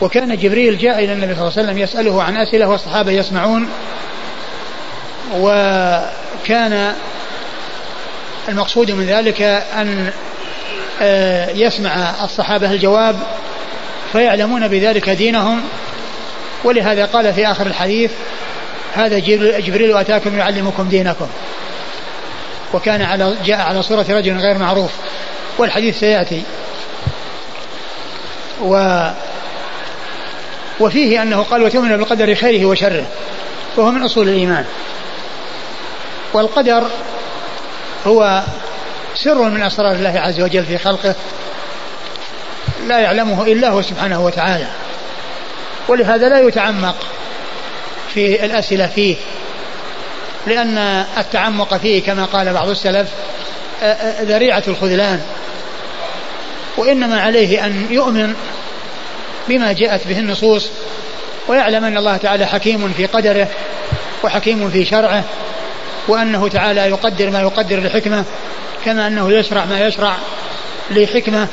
وكان جبريل جاء إلى النبي صلى الله عليه وسلم يسأله عن أسئلة والصحابة يسمعون، وكان المقصود من ذلك أن يسمع الصحابة الجواب فيعلمون بذلك دينهم. ولهذا قال في آخر الحديث: هذا جبريل أتاكم يعلمكم دينكم. وكان جاء على صورة رجل غير معروف، والحديث سيأتي. وفيه أنه قال: وتؤمن بالقدر خيره وشره، وهو من أصول الإيمان. والقدر هو سر من أسرار الله عز وجل في خلقه لا يعلمه إلا هو سبحانه وتعالى، ولهذا لا يتعمق في الأسئلة فيه، لأن التعمق فيه كما قال بعض السلف ذريعة الخذلان. وإنما عليه أن يؤمن بما جاءت به النصوص، ويعلم أن الله تعالى حكيم في قدره وحكيم في شرعه، وأنه تعالى يقدر ما يقدر لحكمة، كما أنه يشرع ما يشرع لحكمة.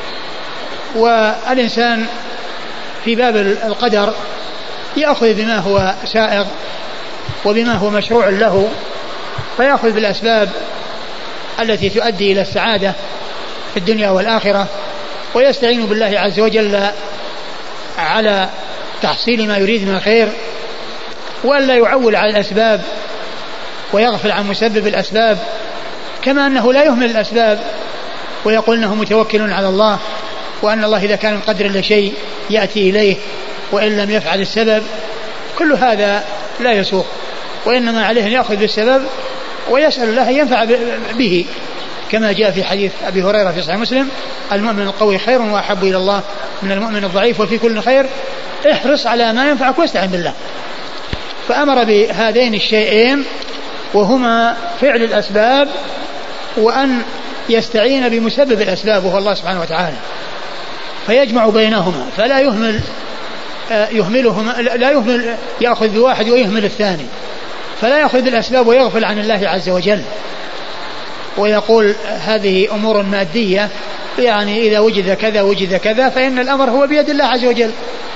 والإنسان في باب القدر يأخذ بما هو سائغ وبما هو مشروع له، فيأخذ بالأسباب التي تؤدي إلى السعادة في الدنيا والآخرة، ويستعين بالله عز وجل على تحصيل ما يريد من الخير، وأن لا يعول على الأسباب ويغفل عن مسبب الأسباب، كما أنه لا يهمل الأسباب ويقول أنه متوكل على الله، وأن الله إذا كان مقدر لشيء يأتي إليه وإن لم يفعل السبب. كل هذا لا يسوق، وإنما عليه أن يأخذ بالسبب ويسأل الله أن ينفع به، كما جاء في حديث أبي هريرة في صحيح مسلم: المؤمن القوي خير وأحب إلى الله من المؤمن الضعيف، وفي كل خير احرص على ما ينفعك واستعن بالله. فأمر بهذين الشيئين، وهما فعل الأسباب وأن يستعين بمسبب الأسباب وهو الله سبحانه وتعالى، فيجمع بينهما، فلا يهملهما، لا يهمل يأخذ بواحد ويهمل الثاني، فلا يأخذ بالأسباب ويغفل عن الله عز وجل ويقول هذه أمور مادية، يعني إذا وجد كذا وجد كذا، فإن الأمر هو بيد الله عز وجل.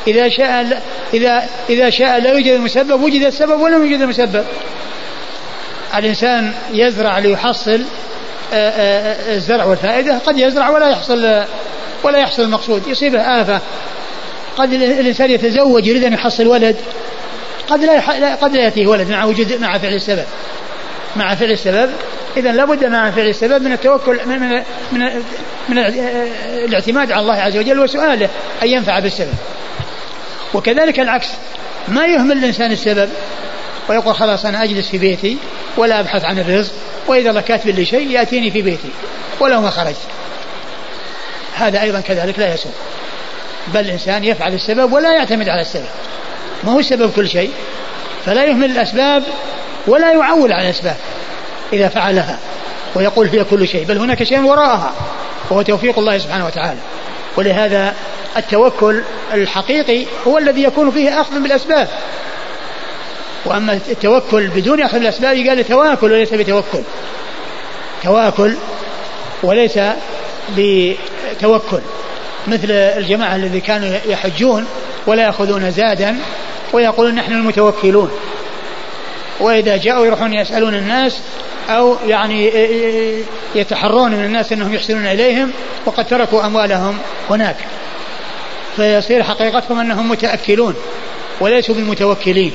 إذا شاء لا يوجد المسبب وجد السبب ولم يوجد المسبب. الإنسان يزرع ليحصل الزرع والفائدة، قد يزرع ولا يحصل المقصود، يصيبه آفة. قد الإنسان يتزوج يريد أن يحصل ولد، قد لا يأتيه ولد مع فعل السبب. مع فعل السبب إذن لابد مع فعل السبب من التوكل من الاعتماد على الله عز وجل وسؤاله أن ينفع بالسبب. وكذلك العكس، ما يهمل الإنسان السبب ويقول خلاص أنا أجلس في بيتي ولا أبحث عن الرزق، وإذا الله كاتب لي شيء يأتيني في بيتي ولو ما خرجت. هذا أيضا كذلك لا يسوء، بل الإنسان يفعل السبب ولا يعتمد على السبب، ما هو السبب كل شيء، فلا يهمل الأسباب ولا يعول على الأسباب إذا فعلها ويقول هي كل شيء، بل هناك شيء وراءها وهو توفيق الله سبحانه وتعالى. ولهذا التوكل الحقيقي هو الذي يكون فيه أخذ بالأسباب، وأما التوكل بدون أخذ بالأسباب قال تواكل وليس بتوكل، تواكل وليس بتوكل، مثل الجماعة الذي كانوا يحجون ولا يأخذون زادا ويقولون نحن المتوكلون، وإذا جاءوا يروحون يسألون الناس أو يعني يتحرون من الناس أنهم يحسنون إليهم وقد تركوا أموالهم هناك، فيصير حقيقتهم أنهم متأكلون وليسوا بالمتوكلين.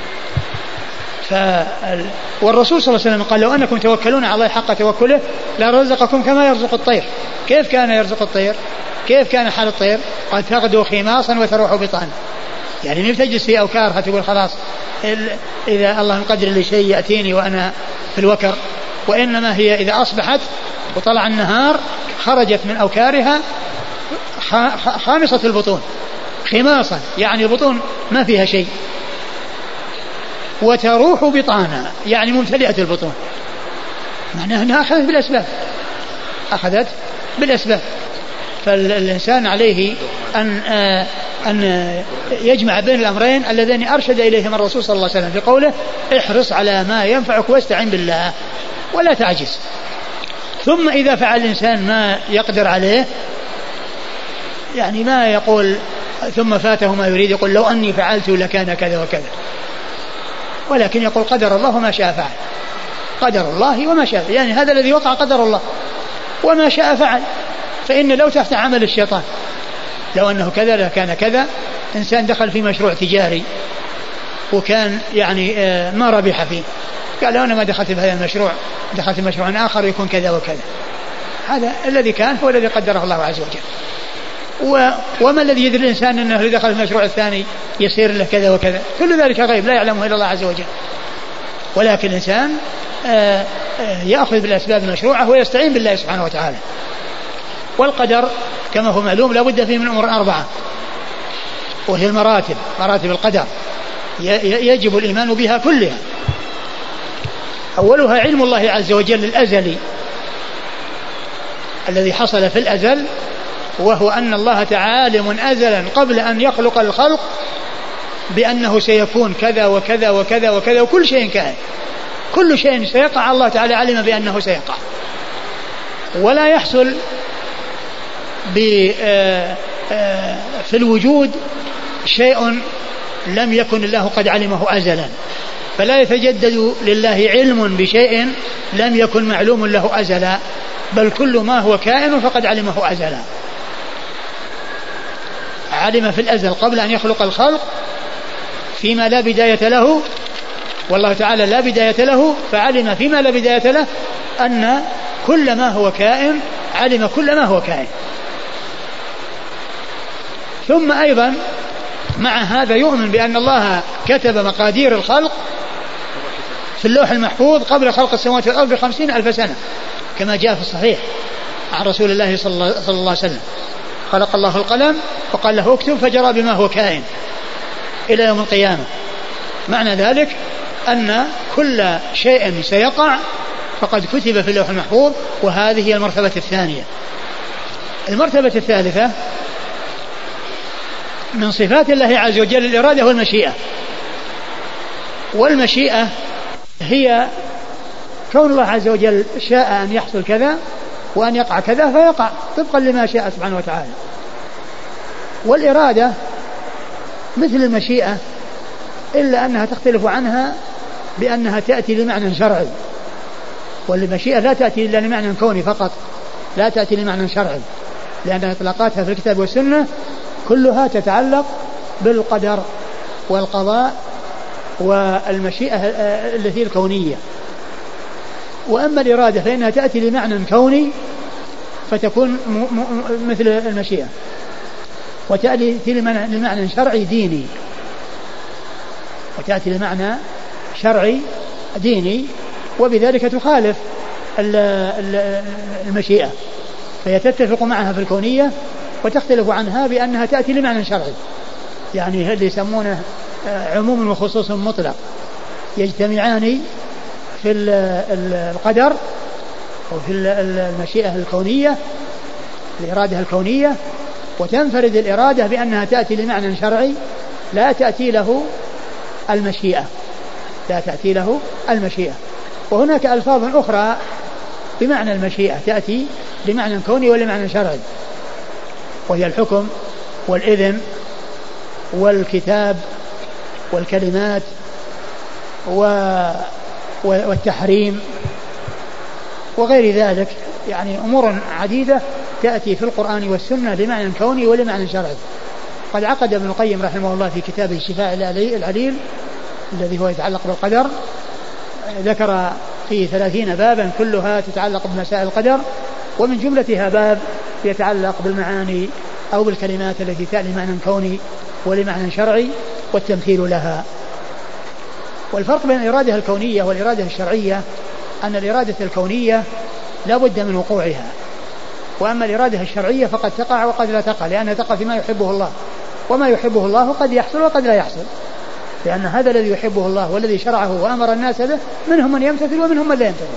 والرسول صلى الله عليه وسلم قال لو أنكم توكلون على الله حق توكله لرزقكم كما يرزق الطير. كيف كان يرزق الطير؟ كيف كان حال الطير؟ قد تغدو خماصا وتروح بطانا، يعني ما تجلس في أوكارها تقول خلاص إذا الله مقدر لي شيء يأتيني وأنا في الوكر، وإنما هي إذا أصبحت وطلع النهار خرجت من أوكارها خامصة البطون، خماصا يعني البطون ما فيها شيء، وتروح بطانا يعني ممتلئة البطون، معناها أنها أخذت بالأسباب. فالإنسان عليه أن يجمع بين الأمرين اللذين أرشد إليهما الرسول صلى الله عليه وسلم في قوله احرص على ما ينفعك واستعن بالله ولا تعجز. ثم إذا فعل الإنسان ما يقدر عليه، يعني ما يقول ثم فاته ما يريد يقول لو أني فعلت لكان كذا وكذا، ولكن يقول قدر الله وما شاء فعل، قدر الله وما شاء، يعني هذا الذي وقع قدر الله وما شاء فعل. فإن لو تحت عمل الشيطان لو أنه كذا لكان كذا. إنسان دخل في مشروع تجاري وكان يعني ما ربح فيه، قال لو أنا ما دخلت في هذا المشروع دخلت في مشروع آخر يكون كذا وكذا. هذا الذي كان هو الذي قدره الله عز وجل. وما الذي يدري الإنسان أنه إذا دخل في المشروع الثاني يصير له كذا وكذا؟ كل ذلك غيب لا يعلمه إلا الله عز وجل. ولكن الإنسان يأخذ بالأسباب المشروعة ويستعين بالله سبحانه وتعالى. والقدر كما هو معلوم لا بد فيه من أمور 4، وهي المراتب، مراتب القدر يجب الإيمان بها كلها. أولها علم الله عز وجل الأزلي الذي حصل في الأزل، وهو أن الله تعالى عالم أزلا قبل أن يخلق الخلق بأنه سيكون كذا وكذا وكذا وكذا، وكل شيء كائن، كل شيء سيقع الله تعالى علم بأنه سيقع. ولا يحصل في الوجود شيء لم يكن الله قد علمه أزلا، فلا يتجدد لله علم بشيء لم يكن معلوم له أزلا، بل كل ما هو كائن فقد علمه أزلا. علم في الأزل قبل أن يخلق الخلق فيما لا بداية له، والله تعالى لا بداية له، فعلم فيما لا بداية له أن كل ما هو كائن، علم كل ما هو كائن. ثم أيضا مع هذا يؤمن بأن الله كتب مقادير الخلق في اللوح المحفوظ قبل خلق السماوات والأرض ب50,000 سنة، كما جاء في الصحيح عن رسول الله صلى الله عليه وسلم. خلق الله القلم وقال له اكتب فجرى بما هو كائن إلى يوم القيامة. معنى ذلك أن كل شيء سيقع فقد كتب في اللوح المحفوظ. وهذه هي المرتبة الثانية. المرتبة الثالثة من صفات الله عز وجل الإرادة والمشيئة. والمشيئة هي كون الله عز وجل شاء أن يحصل كذا وأن يقع كذا فيقع طبقا لما شاء سبحانه وتعالى. والإرادة مثل المشيئة إلا أنها تختلف عنها بأنها تأتي لمعنى شرعي، والمشيئة لا تأتي إلا لمعنى كوني فقط، لا تأتي لمعنى شرعي، لأن إطلاقاتها في الكتاب والسنة كلها تتعلق بالقدر والقضاء والمشيئة التي الكونية. وأما الإرادة فإنها تأتي لمعنى كوني فتكون مثل المشيئة، وتأتي لمعنى شرعي ديني، وتأتي لمعنى شرعي ديني، وبذلك تخالف المشيئة، فهي تتفق معها في الكونية وتختلف عنها بأنها تأتي لمعنى شرعي. يعني اللي يسمونه عموم وخصوص مطلق يجتمعان في القدر وفي المشيئة الكونية، الإرادة الكونية، وتنفرد الإرادة بأنها تأتي لمعنى شرعي لا تأتي له المشيئة، لا تأتي له المشيئة. وهناك ألفاظ أخرى بمعنى المشيئة تأتي لمعنى كوني ولمعنى شرعي، وهي الحكم والإذن والكتاب والكلمات والتحريم وغير ذلك. يعني أمور عديدة تأتي في القرآن والسنة لمعنى كوني ولمعنى شرعي. قد عقد ابن القيم رحمه الله في كتابه الشفاء العليل الذي هو يتعلق بالقدر، ذكر فيه 30 بابا كلها تتعلق بمسائل القدر، ومن جملتها باب يتعلق بالمعاني أو بالكلمات التي تأتي لمعنى كوني ولمعنى شرعي والتمثيل لها. والفرق بين الإرادة الكونية والإرادة الشرعية أن الإرادة الكونية لا بد من وقوعها، وأما الإرادة الشرعية فقد تقع وقد لا تقع، لأنها تقع فيما يحبه الله، وما يحبه الله قد يحصل وقد لا يحصل، لأن هذا الذي يحبه الله والذي شرعه وأمر الناس به منهم من يمتثل ومنهم من لا يمتثل.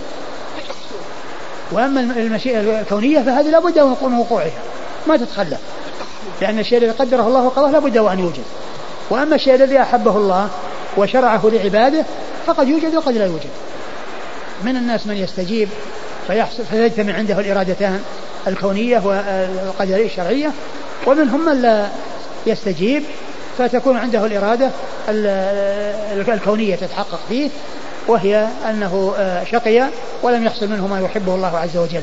وأما المشيئة الكونية فهذه لا بد من وقوعها ما تتخلف، لأن الشيء الذي قدره الله وقضاه لا بد وأن يوجد. وأما الشيء الذي أحبه الله وشرعه لعباده فقد يوجد وقد لا يوجد. من الناس من يستجيب فيجتمع عنده الإرادتان الكونية والقدرية الشرعية، ومنهم من لا يستجيب، فتكون عنده الإرادة الكونية تتحقق فيه، وهي أنه شقي ولم يحصل منه ما يحبه الله عز وجل.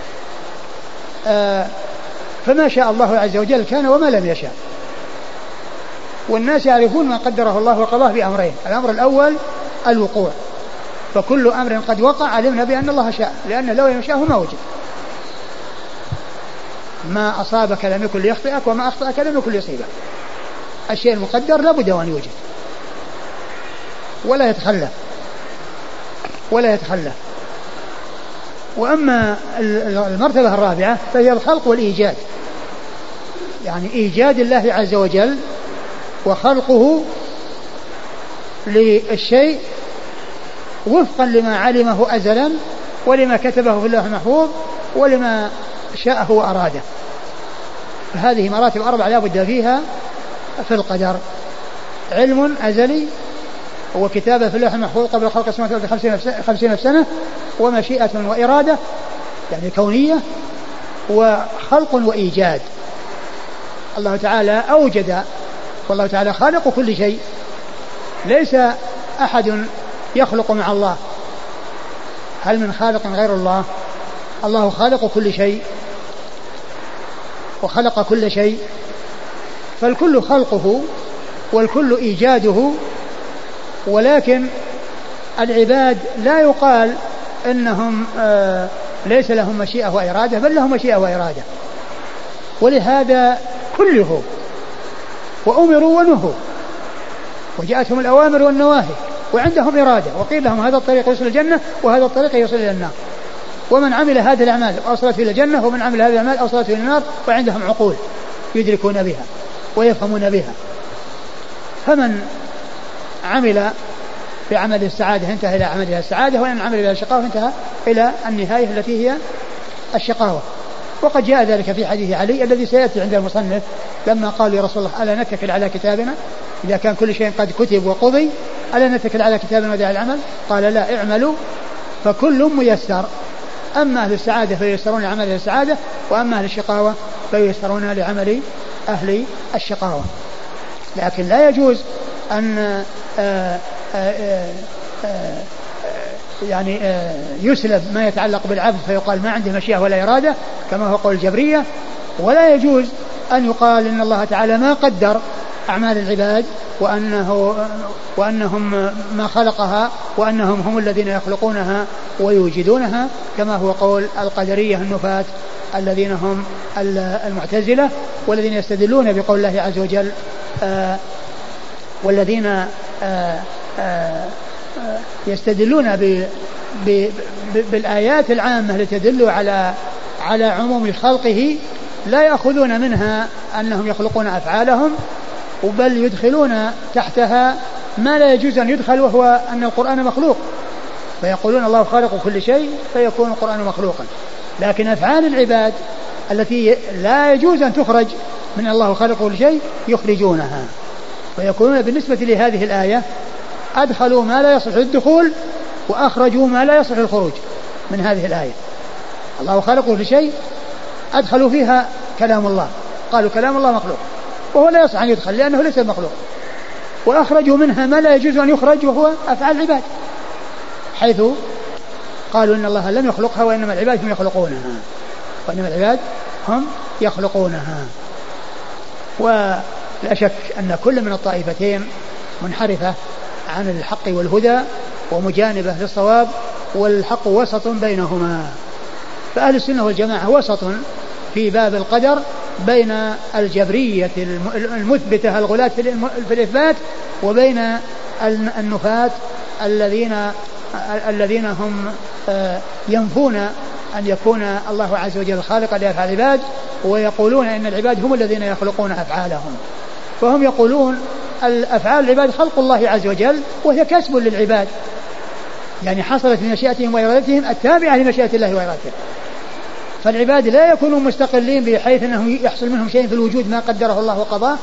فما شاء الله عز وجل كان وما لم يشاء. والناس يعرفون ما قدره الله وقضاه بأمرين: الأمر الأول الوقوع، فكل أمر قد وقع علمنا بأن الله شاء، لأنه لو يشاءه ما وجد. ما أصابك لم يكن ليخطئك وما أخطأك لم يكن ليصيبك. الشيء المقدر لابد أن يوجد ولا يتخلف. وأما المرتبة الرابعة فهي الخلق والإيجاد، يعني إيجاد الله عز وجل وخلقه للشيء وفقا لما علمه أزلا ولما كتبه في اللوح المحفوظ ولما شاءه وأراده. فهذه مراتب 4 لا بد فيها في القدر: علم أزلي وكتابة في اللوح المحفوظ قبل خلق السماوات والأرض 50 سنة، ومشيئة وإرادة يعني كونية، وخلق وإيجاد. الله تعالى أوجد، والله تعالى خالق كل شيء، ليس أحد يخلق مع الله. هل من خالق غير الله؟ الله خالق كل شيء وخلق كل شيء، فالكل خلقه والكل إيجاده. ولكن العباد لا يقال إنهم ليس لهم مشيئة وإرادة، بل لهم مشيئة وإرادة، ولهذا كلهم وأمروا ونهوا وجاءتهم الأوامر والنواهي وعندهم إرادة، وقيل لهم هذا الطريق يوصل الجنة وهذا الطريق يوصل إلى النار، ومن عمل هذه الأعمال أوصلته إلى الجنة ومن عمل هذه الأعمال أوصلته إلى النار، وعندهم عقول يدركون بها ويفهمون بها. فمن عمل بعمل السعادة انتهى إلى عملها السعادة، وإن عمل إلى الشقاوة انتهى إلى النهاية التي هي الشقاوة. وقد جاء ذلك في حديث علي الذي سيأتي عند المصنف لما قال يا رسول الله: ألا نتكل على كتابنا إذا كان كل شيء قد كتب وقضي؟ ألا نتكل على كتابنا ودع العمل؟ قال: لا، اعملوا فكل ميسر، أما أهل السعادة فييسرون لعمل أهل السعادة، وأما أهل الشقاوة فييسرون لعمل أهل الشقاوة. لكن لا يجوز أن يعني يسلب ما يتعلق بالعبد فيقال ما عنده مشيئة ولا إرادة كما هو قول الجبرية، ولا يجوز أن يقال إن الله تعالى ما قدر أعمال العباد وأنهم ما خلقها وأنهم هم الذين يخلقونها ويوجدونها كما هو قول القدرية النفاة الذين هم المعتزلة، والذين يستدلون بقول الله عز وجل والذين يستدلون بالآيات العامة التي تدل على عموم خلقه، لا يأخذون منها أنهم يخلقون أفعالهم، بل يدخلون تحتها ما لا يجوز أن يدخل، وهو أن القرآن مخلوق، فيقولون الله خالق كل شيء فيكون القرآن مخلوقا. لكن أفعال العباد التي لا يجوز أن تخرج من الله خالق كل شيء يخرجونها، فيكونون بالنسبة لهذه الآية أدخلوا ما لا يصح الدخول وأخرجوا ما لا يصح الخروج من هذه الآية. الله خالق كل شيء أدخلوا فيها كلام الله، قالوا كلام الله مخلوق وهو لا يصح أن يدخل لأنه ليس مخلوق، وأخرجوا منها ما لا يجوز أن يخرج وهو أفعال العباد، حيث قالوا إن الله لم يخلقها وإنما العباد هم يخلقونها. ولا شك أن كل من الطائفتين منحرفة عن الحق والهدى ومجانبة للصواب، والحق وسط بينهما. فأهل السنة والجماعة وسط في باب القدر بين الجبرية المثبتة الغلاة في الإثبات وبين النفاة الذين هم ينفون أن يكون الله عز وجل خالقا لأفعال العباد، ويقولون إن العباد هم الذين يخلقون أفعالهم. فهم يقولون الأفعال العباد خلق الله عز وجل وهي كسب للعباد، يعني حصلت بمشيئتهم وإرادتهم التابعة لمشيئة الله وإرادته، فالعباد لا يكونوا مستقلين بحيث أنه يحصل منهم شيء في الوجود ما قدره الله وقضاه،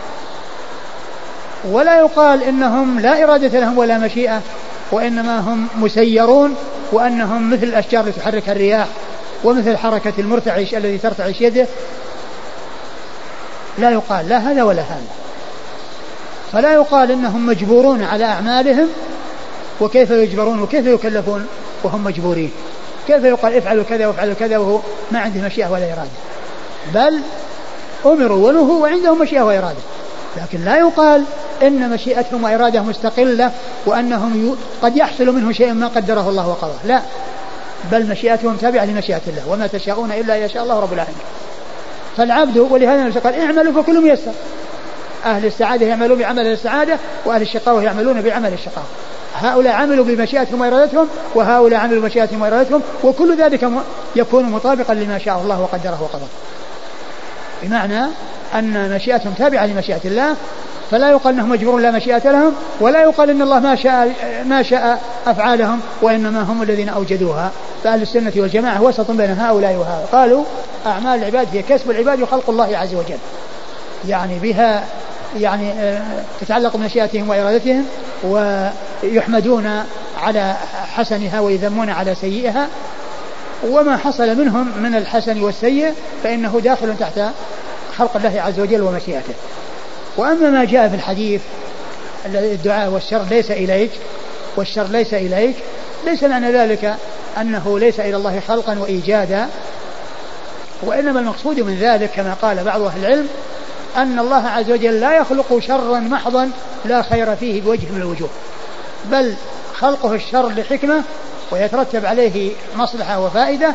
ولا يقال إنهم لا إرادة لهم ولا مشيئة، وإنما هم مسيرون، وأنهم مثل الأشجار التي تحركها الرياح، ومثل حركة المرتعش الذي ترتعش يده، لا يقال لا هذا ولا هذا. فلا يقال إنهم مجبورون على أعمالهم، وكيف يجبرون وكيف يكلفون وهم مجبورين؟ كيف يقال افعلوا كذا وافعلوا كذا وهو ما عنده مشيئة ولا إرادة؟ بل أمروا ونهوا وعندهم مشيئة وإرادة. لكن لا يقال إن مشيئتهم وإرادة مستقلة وأنهم قد يحصل منه شيء ما قدره الله وقضاه، لا، بل مشيئتهم تابعة لمشيئة الله، وما تشاءون إلا يشاء الله رب العالمين. فالعبد، ولهذا قال اعملوا فكل ميسر. أهل السعادة يعملون بعمل السعادة، وأهل الشقاوة يعملون بعمل الشقاوة. هؤلاء عملوا بمشيئتهم وإرادتهم، وهؤلاء عملوا بمشيئتهم وإرادتهم، وكل ذلك يكون مطابقا لما شاء الله وقدره وقضاه، بمعنى أن مشيئتهم تابعة لمشيئة الله. فلا يقال أنهم مجبورون لا مشيئة لهم، ولا يقال أن الله ما شاء أفعالهم، وإنما هم الذين أوجدوها. فأهل السنة والجماعة وسط بين هؤلاء وهؤلاء. قالوا أعمال العباد هي كسب العباد وخلق الله عز وجل، يعني بها يعني تتعلق بمشيئتهم وإرادتهم، ويحمدون على حسنها ويذمون على سيئها، وما حصل منهم من الحسن والسيء فإنه داخل تحت خلق الله عز وجل ومشيئته. وأما ما جاء في الحديث الدعاء والشر ليس إليك والشر ليس إليك، ليس معنى ذلك أنه ليس إلى الله خلقا وإيجادا، وإنما المقصود من ذلك كما قال بعض أهل العلم أن الله عز وجل لا يخلق شرا محضا لا خير فيه بوجه من الوجوه، بل خلقه الشر لحكمة ويترتب عليه مصلحة وفائدة،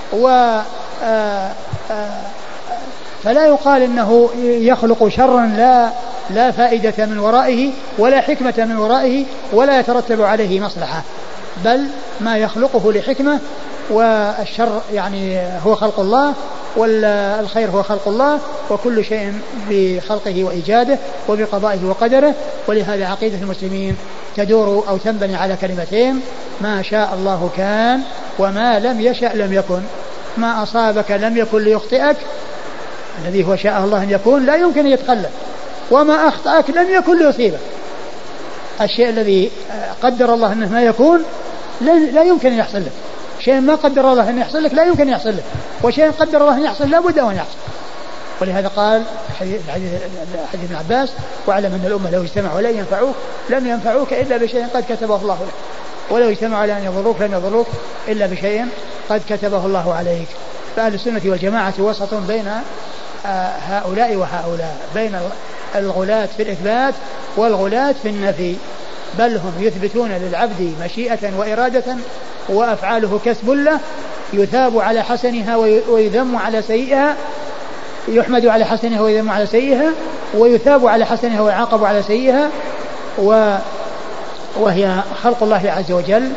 فلا يقال إنه يخلق شرا لا فائدة من ورائه ولا حكمة من ورائه ولا يترتب عليه مصلحة، بل ما يخلقه لحكمة، والشر يعني هو خلق الله والخير هو خلق الله، وكل شيء بخلقه وإيجاده وبقضائه وقدره. ولهذا عقيدة المسلمين تدور أو تنبني على كلمتين: ما شاء الله كان وما لم يشأ لم يكن. ما أصابك لم يكن ليخطئك، الذي هو شاء الله أن يكون لا يمكن أن يتخلف، وما أخطأك لم يكن ليصيبك. الشيء الذي قدر الله أنه ما يكون لا يمكن أن يحصل لك، شيء ما قدر الله أن يحصل لك لا يمكن أن يحصل لك، وشيء قدر الله أن يحصل لا بد أن يحصل. ولهذا قال حديث ابن عباس: واعلم أن الأمة لو اجتمعوا لن ينفعوك لم ينفعوك إلا بشيء قد كتبه الله لك، ولو اجتمعوا على أن يضروك لن يضروك إلا بشيء قد كتبه الله عليك. فأهل السنة والجماعة وسط بين هؤلاء وهؤلاء، بين الغلاة في الإثبات والغلاة في النفي، بل هم يثبتون للعبد مشيئة وإرادة وأفعاله كسب له، يثاب على حسنها ويذم على سيئها، يحمد على حسنها ويذم على سيئها، ويثاب على حسنها ويعاقب على سيئها، وهي خلق الله عز وجل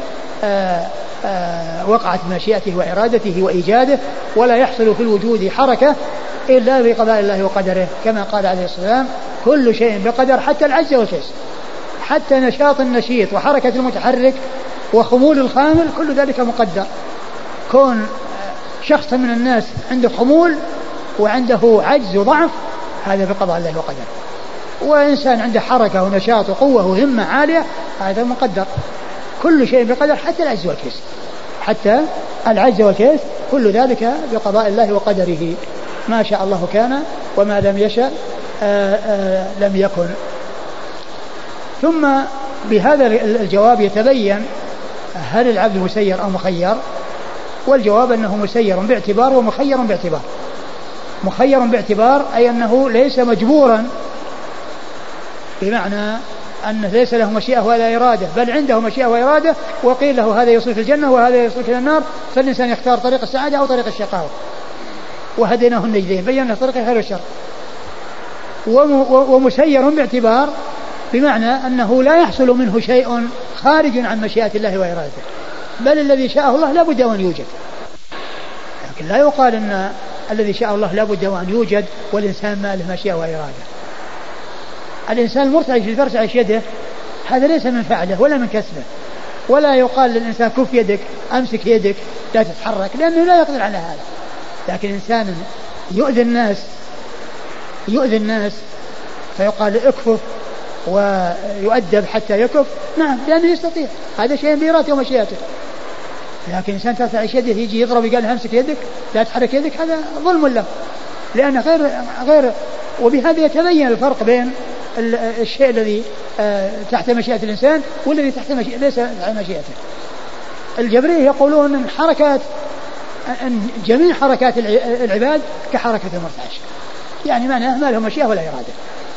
وقعت بمشيئته وإرادته وإيجاده، ولا يحصل في الوجود حركة إلا بقضاء الله وقدره، كما قال عليه السلام: كل شيء بقدر حتى العجز والكسل، حتى نشاط النشيط وحركة المتحرك وخمول الخامل، كل ذلك مقدر. كون شخص من الناس عنده خمول وعنده عجز وضعف، هذا بقضاء الله وقدره. وإنسان عنده حركة ونشاط وقوة وهمة عالية، هذا مقدر. كل شيء بقدر حتى العجز والكسل، حتى العجز والكسل، كل ذلك بقضاء الله وقدره. ما شاء الله كان وما لم يشأ لم يكن. ثم بهذا الجواب يتبين هل العبد مسير أو مخير، والجواب أنه مسير باعتبار ومخير باعتبار. مخير باعتبار أي أنه ليس مجبورا، بمعنى أنه ليس له مشيئة ولا إرادة، بل عنده مشيئة وإرادة، وقيل له هذا يوصل في الجنة وهذا يوصل إلى النار، فالإنسان يختار طريق السعادة أو طريق الشقاوة، وهديناه النجدين، بينا طريق الخير والشر. ومسير باعتبار بمعنى أنه لا يحصل منه شيء خارج عن مشيئة الله وإرادته، بل الذي شاءه الله لا بد أن يوجد. لكن لا يقال أن الذي شاء الله لا بد أن يوجد والإنسان ما له مشيئة وإرادة. الإنسان المرتعش في فرشعش يده، هذا ليس من فعله ولا من كسبه، ولا يقال للإنسان كف يدك، أمسك يدك، لا تتحرك، لأنه لا يقدر على هذا. لكن إنسان يؤذي الناس فيقال اكفف ويؤدب حتى يكف، نعم، لأنه يستطيع، هذا شيء بإرادته ومشيئته. لكن إنسان ترتعش يده يجي يضرب يقال امسك يدك لا تحرك يدك، هذا ظلم له، لأنه وبهذا يتبين الفرق بين الشيء الذي تحت مشيئة الإنسان والذي تحت ليس على مشيئته. الجبرية يقولون أن جميع حركات العباد كحركة المرتعش، يعني معناه ما لهم مشيئة ولا إرادة،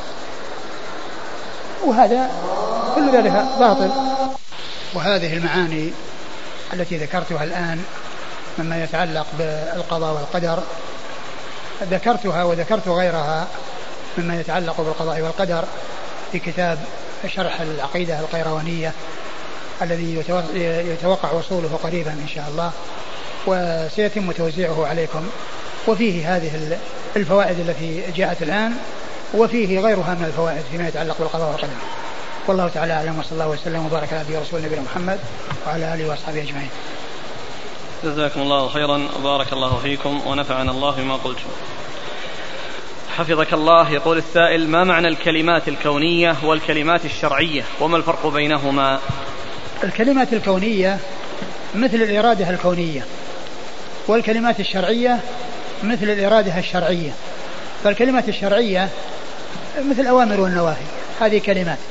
وهذا كل ذلك باطل. وهذه المعاني التي ذكرتها الآن مما يتعلق بالقضاء والقدر ذكرتها وذكرت غيرها مما يتعلق بالقضاء والقدر في كتاب شرح العقيدة القيروانية الذي يتوقع وصوله قريبا إن شاء الله، وسيتم توزيعه عليكم، وفيه هذه الفوائد التي جاءت الآن، وفيه غيرها من الفوائد فيما يتعلق بالقضاء والقدر. والله تعالى أعلم، وصلى الله وسلم وبارك على نبينا ورسول نبينا محمد وعلى آله وأصحابه أجمعين. جزاكم الله خيرا وبارك الله فيكم ونفعنا الله بما قلتم. حفظك الله. يقول السائل: ما معنى الكلمات الكونية والكلمات الشرعية وما الفرق بينهما؟ الكلمات الكونية مثل الإرادة الكونية، والكلمات الشرعية مثل الإرادة الشرعية. فالكلمات الشرعية مثل الأوامر والنواهي، هذه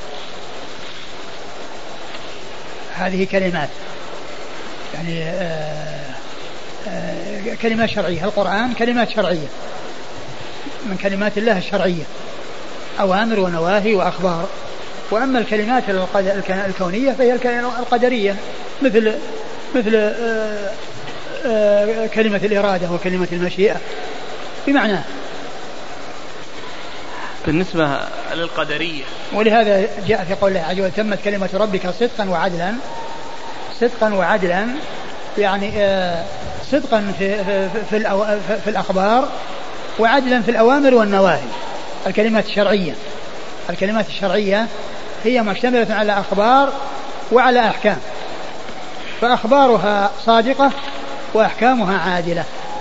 كلمات يعني كلمات شرعية. القرآن كلمات شرعية من كلمات الله الشرعية، أوامر ونواهي وأخبار. وأما الكلمات الكونية فهي القدرية مثل كلمة الإرادة وكلمة المشيئة بمعنى. بالنسبة للقدرية، ولهذا جاء في قول الله عز وجل: تمت كلمة ربك صدقا وعدلا، يعني صدقا في الأخبار، وعدلا في الأوامر والنواهي. الكلمات الشرعية هي مشتملة على أخبار وعلى أحكام، فأخبارها صادقة وأحكامها عادلة.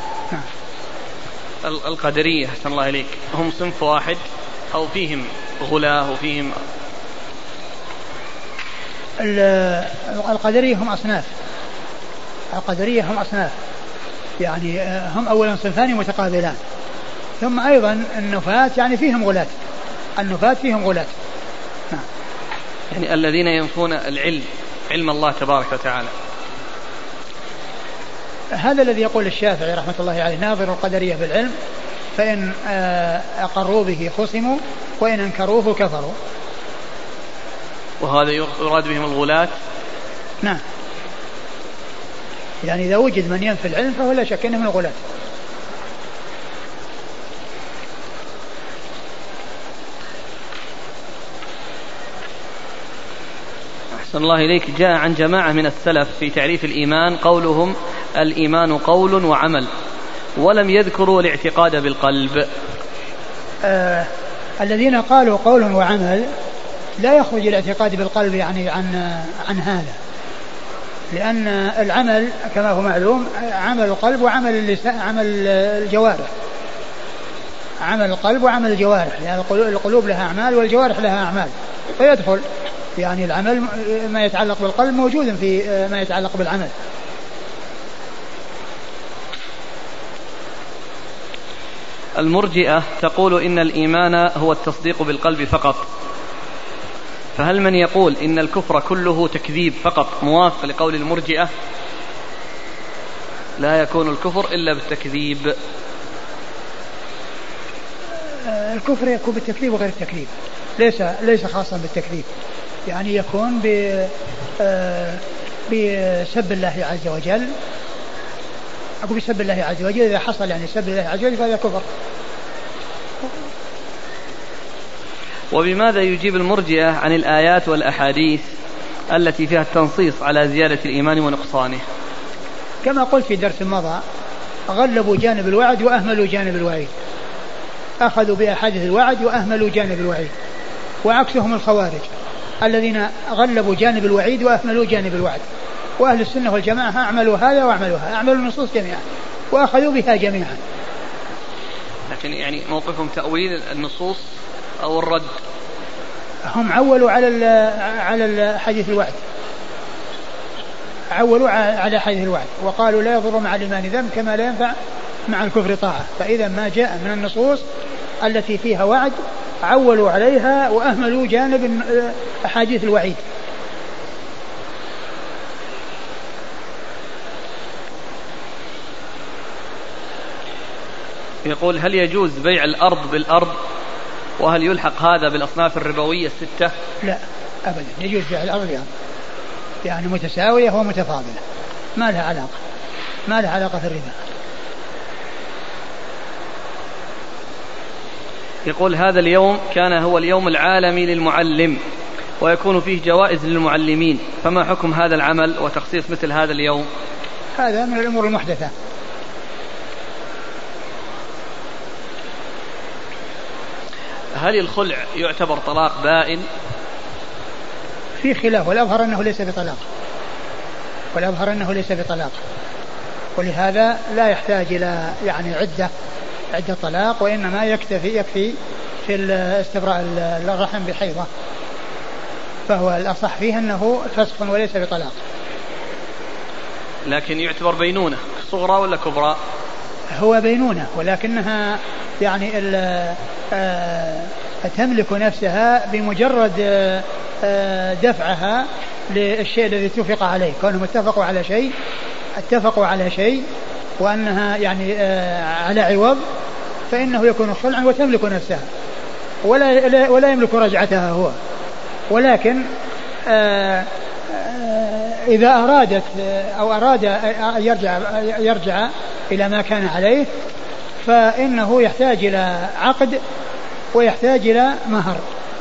القدرية أحسن الله إليك هم صنف واحد أو فيهم غلاة وفيهم؟ القدرية هم أصناف، يعني هم أولا صنفان متقابلان، ثم أيضا النفاة يعني فيهم غلاة، يعني الذين ينفون علم الله تبارك وتعالى. هذا الذي يقول الشافعي رحمة الله عليه: ناظر القدرية بالعلم، فإن أقروا به خصموا وإن أنكروه كفروا. وهذا يراد بهم الغلاة. نعم، يعني إذا وجد من ينفي العلم فهو لا شك أنه من الغلاة. أحسن الله إليك. جاء عن جماعة من السلف في تعريف الإيمان قولهم: الإيمان قول وعمل، ولم يذكروا الاعتقاد بالقلب. الذين قالوا قول وعمل لا يخرج الاعتقاد بالقلب يعني عن هذا، لأن العمل كما هو معلوم عمل القلب وعمل اللسان، عمل الجوارح، عمل القلب وعمل الجوارح، يعني القلوب لها أعمال والجوارح لها أعمال، فيدخل يعني العمل ما يتعلق بالقلب موجود في ما يتعلق بالعمل. المرجئة تقول إن الإيمان هو التصديق بالقلب فقط، فهل من يقول إن الكفر كله تكذيب فقط موافق لقول المرجئة؟ لا يكون الكفر إلا بالتكذيب. الكفر يكون بالتكذيب وغير التكذيب، ليس خاصا بالتكذيب، يعني يكون بسب الله عز وجل، أقول بسب الله عز وجل، إذا حصل يعني سب الله عز وجل فهذا كفر. وبماذا يجيب المرجئة عن الآيات والأحاديث التي فيها التنصيص على زيادة الإيمان ونقصانه؟ كما قلت في درس مضى: غلبوا جانب الوعد وأهملوا جانب الوعيد، أخذوا بأحاديث الوعد وأهملوا جانب الوعيد، وعكسهم الخوارج الذين غلبوا جانب الوعيد وأهملوا جانب الوعد. وأهل السنة والجماعة أعملوا هذا وأعملوا هذا، أعملوا النصوص جميعا وأخذوا بها جميعا. لكن يعني موقفهم تأويل النصوص أو الرد؟ هم عولوا على حديث الوعد، عولوا على حديث الوعد وقالوا: لا يضر مع الإيمان ذنب كما لا ينفع مع الكفر طاعة. فإذا ما جاء من النصوص التي فيها وعد عولوا عليها وأهملوا جانب أحاديث الوعيد. يقول: هل يجوز بيع الأرض بالأرض؟ وهل يلحق هذا بالأصناف الربوية الستة؟ لا أبدا، يجوز بيع الأرض بالأرض، يعني متساوية ومتفاضلة، ما لها علاقة في الربا. يقول: هذا اليوم كان هو اليوم العالمي للمعلم ويكون فيه جوائز للمعلمين، فما حكم هذا العمل وتخصيص مثل هذا اليوم؟ هذا من الأمور المحدثة. هل الخلع يعتبر طلاق بائن؟ في خلاف، والأظهر أنه ليس بطلاق، ولهذا لا يحتاج إلى يعني عدة طلاق، وإنما يكفي في استبراء الرحم بحيضة، فهو الأصح فيه أنه فسخ وليس بطلاق. لكن يعتبر بينونة صغرى ولا كبرى؟ هو بينونة، ولكنها يعني تملك نفسها بمجرد دفعها للشيء الذي اتفق عليه، كونهم اتفقوا على شيء وأنها يعني على عوض، فإنه يكون خلعا وتملك نفسها ولا يملك رجعتها هو. ولكن إذا أرادت أو أراد أن يرجع إلى ما كان عليه، فإنه يحتاج إلى عقد ويحتاج إلى مهر،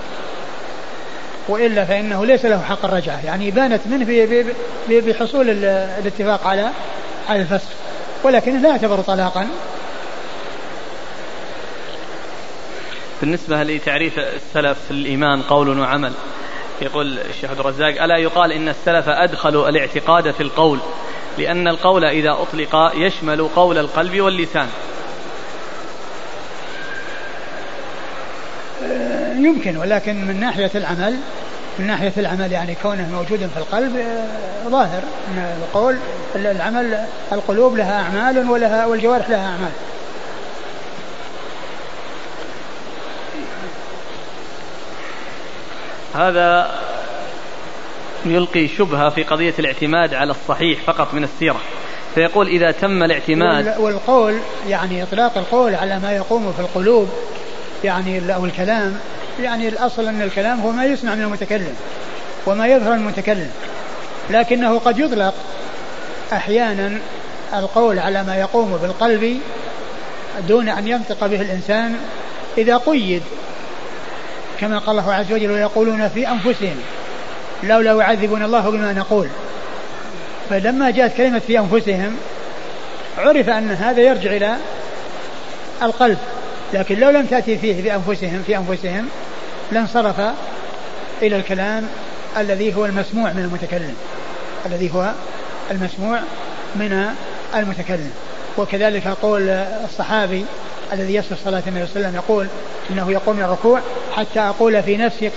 وإلا فإنه ليس له حق الرجعة، يعني بانت منه بحصول الاتفاق على الفسخ، ولكن لا يعتبر طلاقا. بالنسبة لتعريف السلف في الإيمان قول وعمل، يقول الشيخ عبد الرزاق: ألا يقال إن السلف أدخلوا الاعتقاد في القول، لأن القول إذا أطلق يشمل قول القلب واللسان؟ يمكن، ولكن من ناحية العمل يعني كونه موجودا في القلب ظاهر أن القول العمل، القلوب لها أعمال والجوارح لها أعمال. هذا يلقي شبهة في قضية الاعتماد على الصحيح فقط من السيرة، فيقول: إذا تم الاعتماد، والقول يعني إطلاق القول على ما يقوم في القلوب يعني أو الكلام، يعني الأصل أن الكلام هو ما يسمع من المتكلم وما يظهر المتكلم، لكنه قد يطلق أحيانا القول على ما يقوم بالقلب دون أن ينطق به الإنسان إذا قيد، كما قال الله عز وجل: ويقولون في أنفسهم لولا يعذبنا الله بما نقول. فلما جاءت كلمة في أنفسهم عرف أن هذا يرجع إلى القلب، لكن لو لم تأتي فيه في أنفسهم لانصرف إلى الكلام الذي هو المسموع من المتكلم. وكذلك قول الصحابي الذي يصف صلاة النبي صلى الله عليه وسلم، يقول إنه يقوم من الركوع حتى أقول في نفسي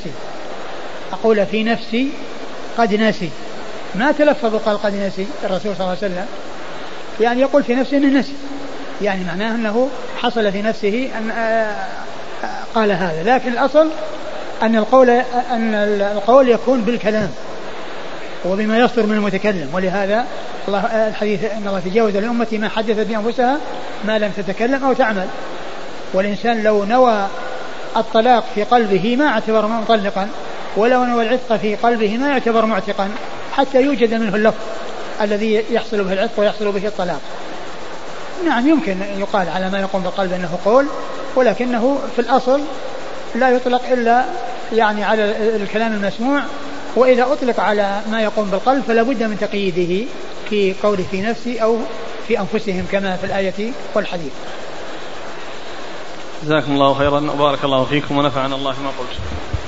قد نسي، ما تلفظ قال قد نسي الرسول صلى الله عليه وسلم، يعني يقول في نفسه أنه نسي، يعني معناه أنه حصل في نفسه أن قال هذا. لكن الأصل أن القول يكون بالكلام وبما يصدر من المتكلم، ولهذا الحديث أن الله تجاوز للأمة ما حدثت بأنفسها ما لم تتكلم أو تعمل. والإنسان لو نوى الطلاق في قلبه ما اعتبر مطلقا، ولو نوى العتق في قلبه ما يعتبر معتقا، حتى يوجد منه اللفظ الذي يحصل به العتق ويحصل به الطلاق. نعم، يمكن أن يقال على ما يقوم بالقلب أنه قول، ولكنه في الأصل لا يطلق إلا يعني على الكلام المسموع، وإذا أطلق على ما يقوم بالقلب فلا بد من تقييده في قوله في نفسي أو في أنفسهم كما في الآية والحديث. جزاكم الله خيرا وبارك الله فيكم ونفعنا الله ما قلت.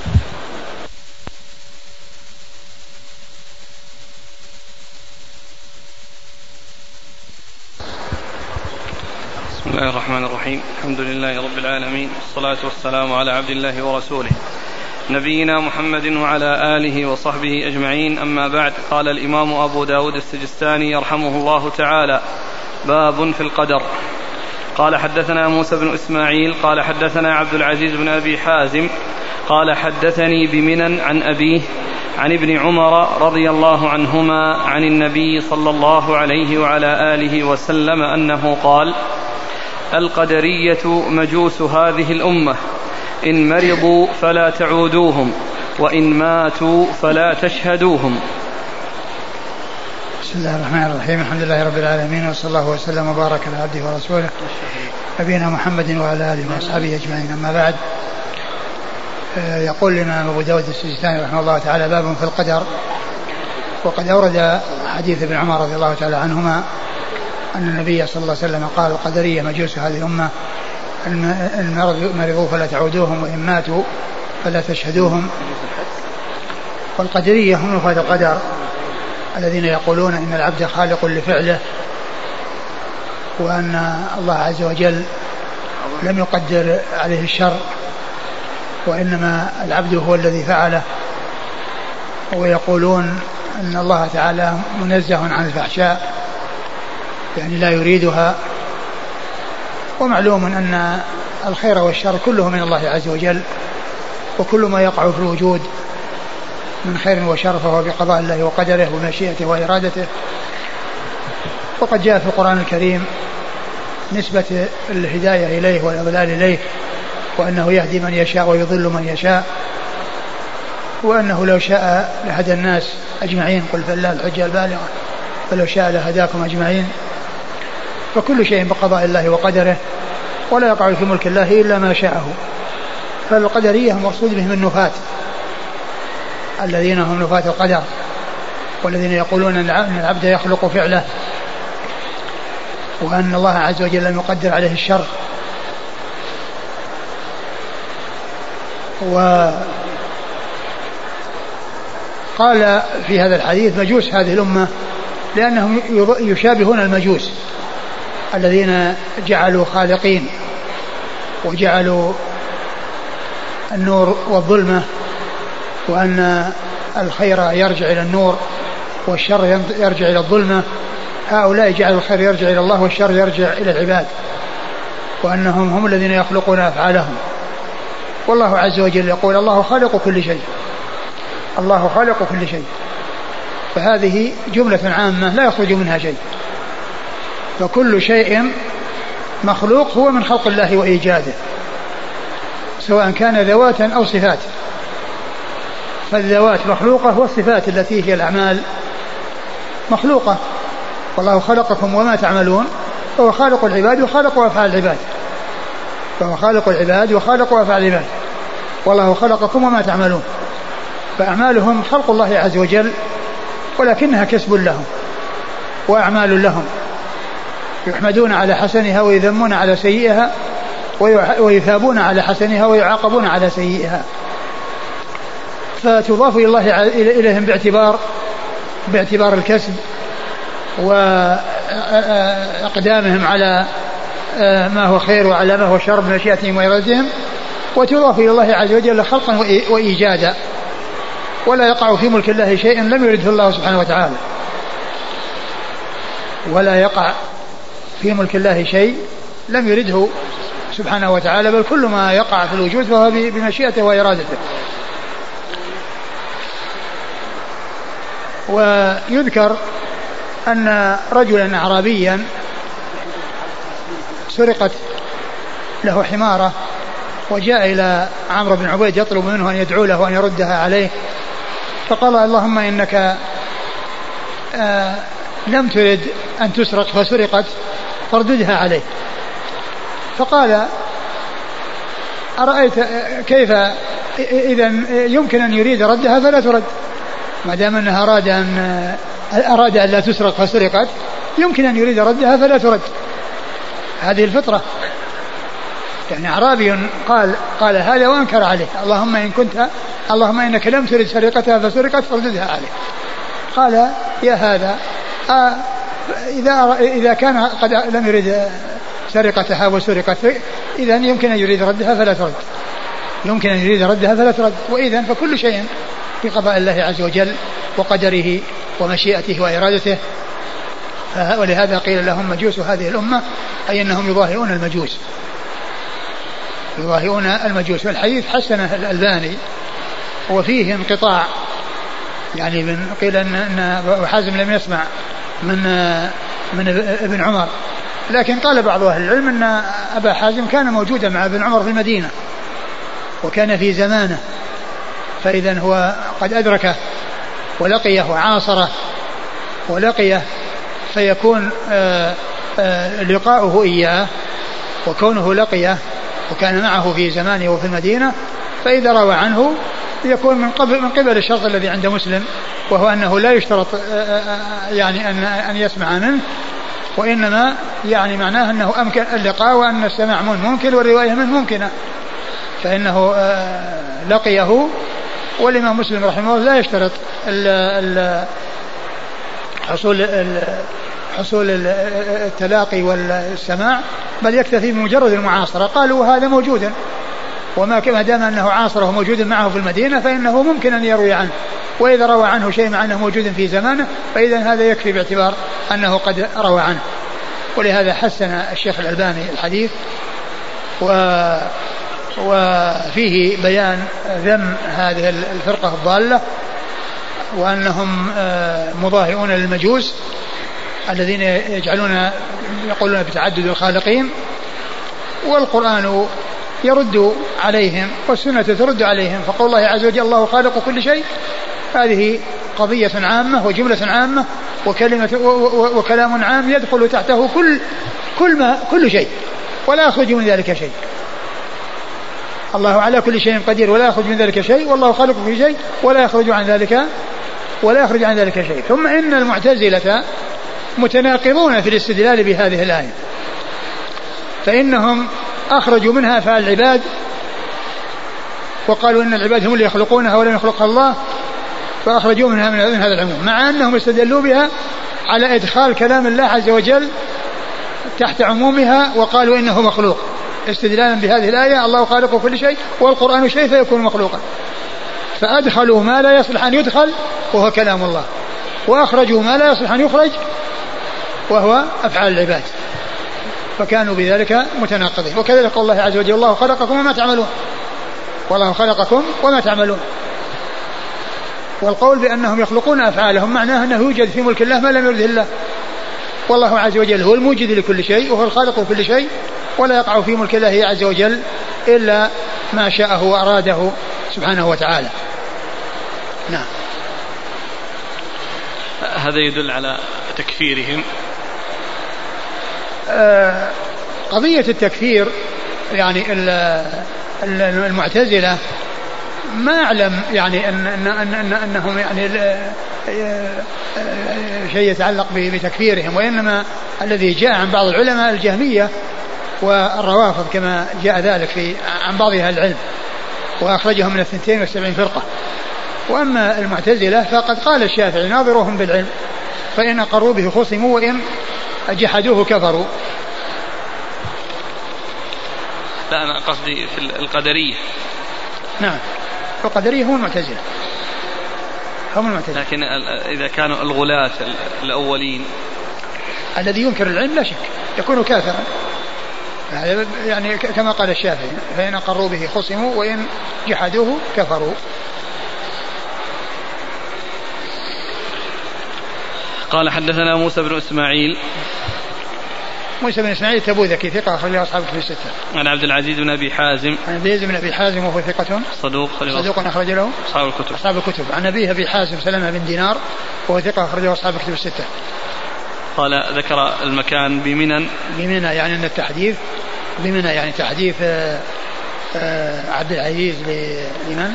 بسم الله الرحمن الرحيم، الحمد لله رب العالمين، والصلاة والسلام على عبد الله ورسوله نبينا محمد وعلى آله وصحبه أجمعين، أما بعد. قال الإمام أبو داود السجستاني يرحمه الله تعالى: باب في القدر. قال حدثنا موسى بن إسماعيل قال حدثنا عبد العزيز بن أبي حازم قال حدثني بمنن عن أبيه عن ابن عمر رضي الله عنهما عن النبي صلى الله عليه وعلى آله وسلم أنه قال: القدرية مجوس هذه الأمة، إن مرضوا فلا تعودوهم، وإن ماتوا فلا تشهدوهم. بسم الله الرحمن الرحيم. الحمد لله رب العالمين، وصلى الله وسلم وبارك على عبده ورسوله نبينا محمد وعلى آله وأصحابه أجمعين. أما بعد، يقول الإمام أبو داود السجستاني رحمه الله تعالى: باب في القدر. وقد أورد حديث ابن عمر رضي الله تعالى عنهما أن النبي صلى الله عليه وسلم قال: القدرية مجوس هذه الأمة، إن مرضوا فلا تعودوهم، وإن ماتوا فلا تشهدوهم. والقدرية هم نفاة القدر الذين يقولون إن العبد خالق لفعله، وأن الله عز وجل لم يقدر عليه الشر، وإنما العبد هو الذي فعله. ويقولون أن الله تعالى منزه عن الفحشاء، يعني لا يريدها. ومعلوم أن الخير والشر كله من الله عز وجل، وكل ما يقع في الوجود من خير وشر فهو بقضاء الله وقدره ومشيئته وإرادته. وقد جاء في القرآن الكريم نسبة الهداية إليه والإضلال إليه، وأنه يهدي من يشاء ويضل من يشاء، وأنه لو شاء لهدى الناس أجمعين، قل فلله الحجة البالغة، فلو شاء لهداكم أجمعين. فكل شيء بقضاء الله وقدره، ولا يقع في ملك الله إلا ما شاءه. فالقدرية مقصود بهم النفاة، الذين هم نفاة القدر، والذين يقولون أن العبد يخلق فعله، وأن الله عز وجل لم يقدر عليه الشر. وقال في هذا الحديث: مجوس هذه الأمة، لأنهم يشابهون المجوس الذين جعلوا خالقين، وجعلوا النور والظلمة، وأن الخير يرجع إلى النور والشر يرجع إلى الظلمة. هؤلاء جعلوا الخير يرجع إلى الله والشر يرجع إلى العباد، وأنهم هم الذين يخلقون أفعالهم. والله عز وجل يقول: الله خالق كل شيء، الله خالق كل شيء. فهذه جملة عامة لا يخرج منها شيء، فكل شيء مخلوق هو من خلق الله وإيجاده، سواء كان ذوات أو صفات. فالذوات مخلوقة، والصفات التي هي الأعمال مخلوقة. والله خلقكم وما تعملون، فهو خالق العباد وخالق أفعال العباد، فهو خالق العباد وخالق أفعال العباد. والله خلقكم وما تعملون، فأعمالهم خلق الله عز وجل، ولكنها كسب لهم وأعمال لهم، يحمدون على حسنها ويذمون على سيئها، ويثابون على حسنها ويعاقبون على سيئها. فتضاف إلى الله إليهم باعتبار الكسب وأقدامهم على ما هو خير وعلى ما هو شر بمشيئتهم وإرادتهم، وتضاف إلى الله عز وجل خلقا وإيجادا. ولا يقع في ملك الله شيء لم يرده الله سبحانه وتعالى، ولا يقع في ملك الله شيء لم يرده سبحانه وتعالى، بل كل ما يقع في الوجود فهو بمشيئته وإرادته. ويذكر أن رجلا أعرابيا سرقت له حمارة، وجاء إلى عمرو بن عبيد يطلب منه أن يدعو له أن يردها عليه، فقال: اللهم إنك لم ترد أن تسرق فسرقت فارددها عليه. فقال: أرأيت كيف إذا يمكن أن يريد ردها فلا ترد، ما دام أنها أراد أن لا تسرق فسرقت، يمكن أن يريد ردها فلا ترد. هذه الفطرة. يعني أعرابي قال هذا وأنكر عليه: اللهم إنك لم ترد سرقتها فسرقت فارددها عليه. قال: يا هذا، إذا كان قد لم يرد سرقتها وسرقت، إذا يمكن أن يريد ردها فلا ترد، يمكن أن يريد ردها فلا ترد. وإذن فكل شيء في قضاء الله عز وجل وقدره ومشيئته وإرادته. ولهذا قيل لهم مجوس هذه الأمة، أي أنهم يضاهئون المجوس. والحديث حسنه الألباني وفيه انقطاع، يعني من قيل أن حازم لم يسمع من ابن عمر، لكن قال بعض أهل العلم أن أبا حازم كان موجودا مع ابن عمر في المدينة وكان في زمانه، فإذا هو قد أدركه ولقيه وعاصره ولقيه، فيكون لقاؤه إياه وكونه لقيه وكان معه في زمانه وفي المدينة، فإذا روى عنه يكون من قبل الشرط الذي عند مسلم، وهو أنه لا يشترط يعني أن يسمع منه، وإنما يعني معناه أنه أمكن اللقاء وأن السماع ممكن والرواية منه ممكنة، فإنه لقيه. والإمام مسلم رحمه الله لا يشترط حصول التلاقي والسماع، بل يكتفي بمجرد المعاصرة. قالوا هذا موجودا، وما دام أنه عاصره موجود معه في المدينة فإنه ممكن أن يروي عنه، وإذا روى عنه شيء مع أنه موجود في زمانه فإذا هذا يكفي باعتبار أنه قد روى عنه. ولهذا حسن الشيخ الألباني الحديث، وفيه بيان ذم هذه الفرقة الضالة، وأنهم مضاهئون للمجوس الذين يقولون بتعدد الخالقين، والقرآن يرد عليهم والسنة ترد عليهم، فقول الله عز وجل الله خالق كل شيء هذه قضية عامة وجملة عامة وكلام عام يدخل تحته كل شيء ولا يخرج من ذلك شيء. الله على كل شيء قدير ولا يخرج من ذلك شيء، والله خالق كل شيء ولا يخرج عن ذلك شيء. ثم إن المعتزلة متناقضون في الاستدلال بهذه الآية، فإنهم أخرجوا منها أفعال العباد وقالوا إن العباد هم اللي يخلقونها ولم يخلقها الله، فأخرجوا منها من هذا العموم، مع أنهم استدلوا بها على إدخال كلام الله عز وجل تحت عمومها، وقالوا إنه مخلوق استدلالا بهذه الآية الله خالق كل شيء والقرآن شيء فيكون مخلوقا، فأدخلوا ما لا يصلح أن يدخل وهو كلام الله، وأخرجوا ما لا يصلح أن يخرج وهو أفعال العباد، فكانوا بذلك متناقضين. وكذلك قول الله عز وجل الله خلقكم وما تعملون، والقول بأنهم يخلقون أفعالهم معناه أنه يوجد في ملك الله ما لم يرده الله، والله عز وجل هو الموجد لكل شيء وهو الخالق لكل شيء، ولا يقع في ملك الله عز وجل إلا ما شاءه وأراده سبحانه وتعالى. نعم. هذا يدل على تكفيرهم. قضية التكفير يعني المعتزلة ما أعلم يعني أنهم يعني شيء يتعلق بتكفيرهم، وإنما الذي جاء عن بعض العلماء الجهمية والروافض كما جاء ذلك عن بعض أهل العلم، وأخرجهم من 72 فرقة. وأما المعتزلة فقد قال الشافعي ناظروهم بالعلم فإن أقروا به خصموا وإن جحدوه كفروا. لا أنا قصدي في القدرية. نعم القدرية هم المعتزلة. لكن إذا كانوا الغلاة الأولين الذي ينكر العلم لا شك يكون كافرا، يعني كما قال الشافعي فإن أقروا به خصموا وإن جحدوه كفروا. قال حدثنا موسى بن إسماعيل التبوذكي ثقة أخرج له أصحاب الكتب الستة. عن عبد العزيز بن أبي حازم وهو ثقة صدوق أخرج له أصحاب الكتب. عن أبيه أبي حازم سلمة بن دينار وهو ثقة أخرج له أصحاب الكتب الستة. قال ذكر المكان بمنى يعني أن التحديث بمنى يعني تحديث عبد العزيز لمن؟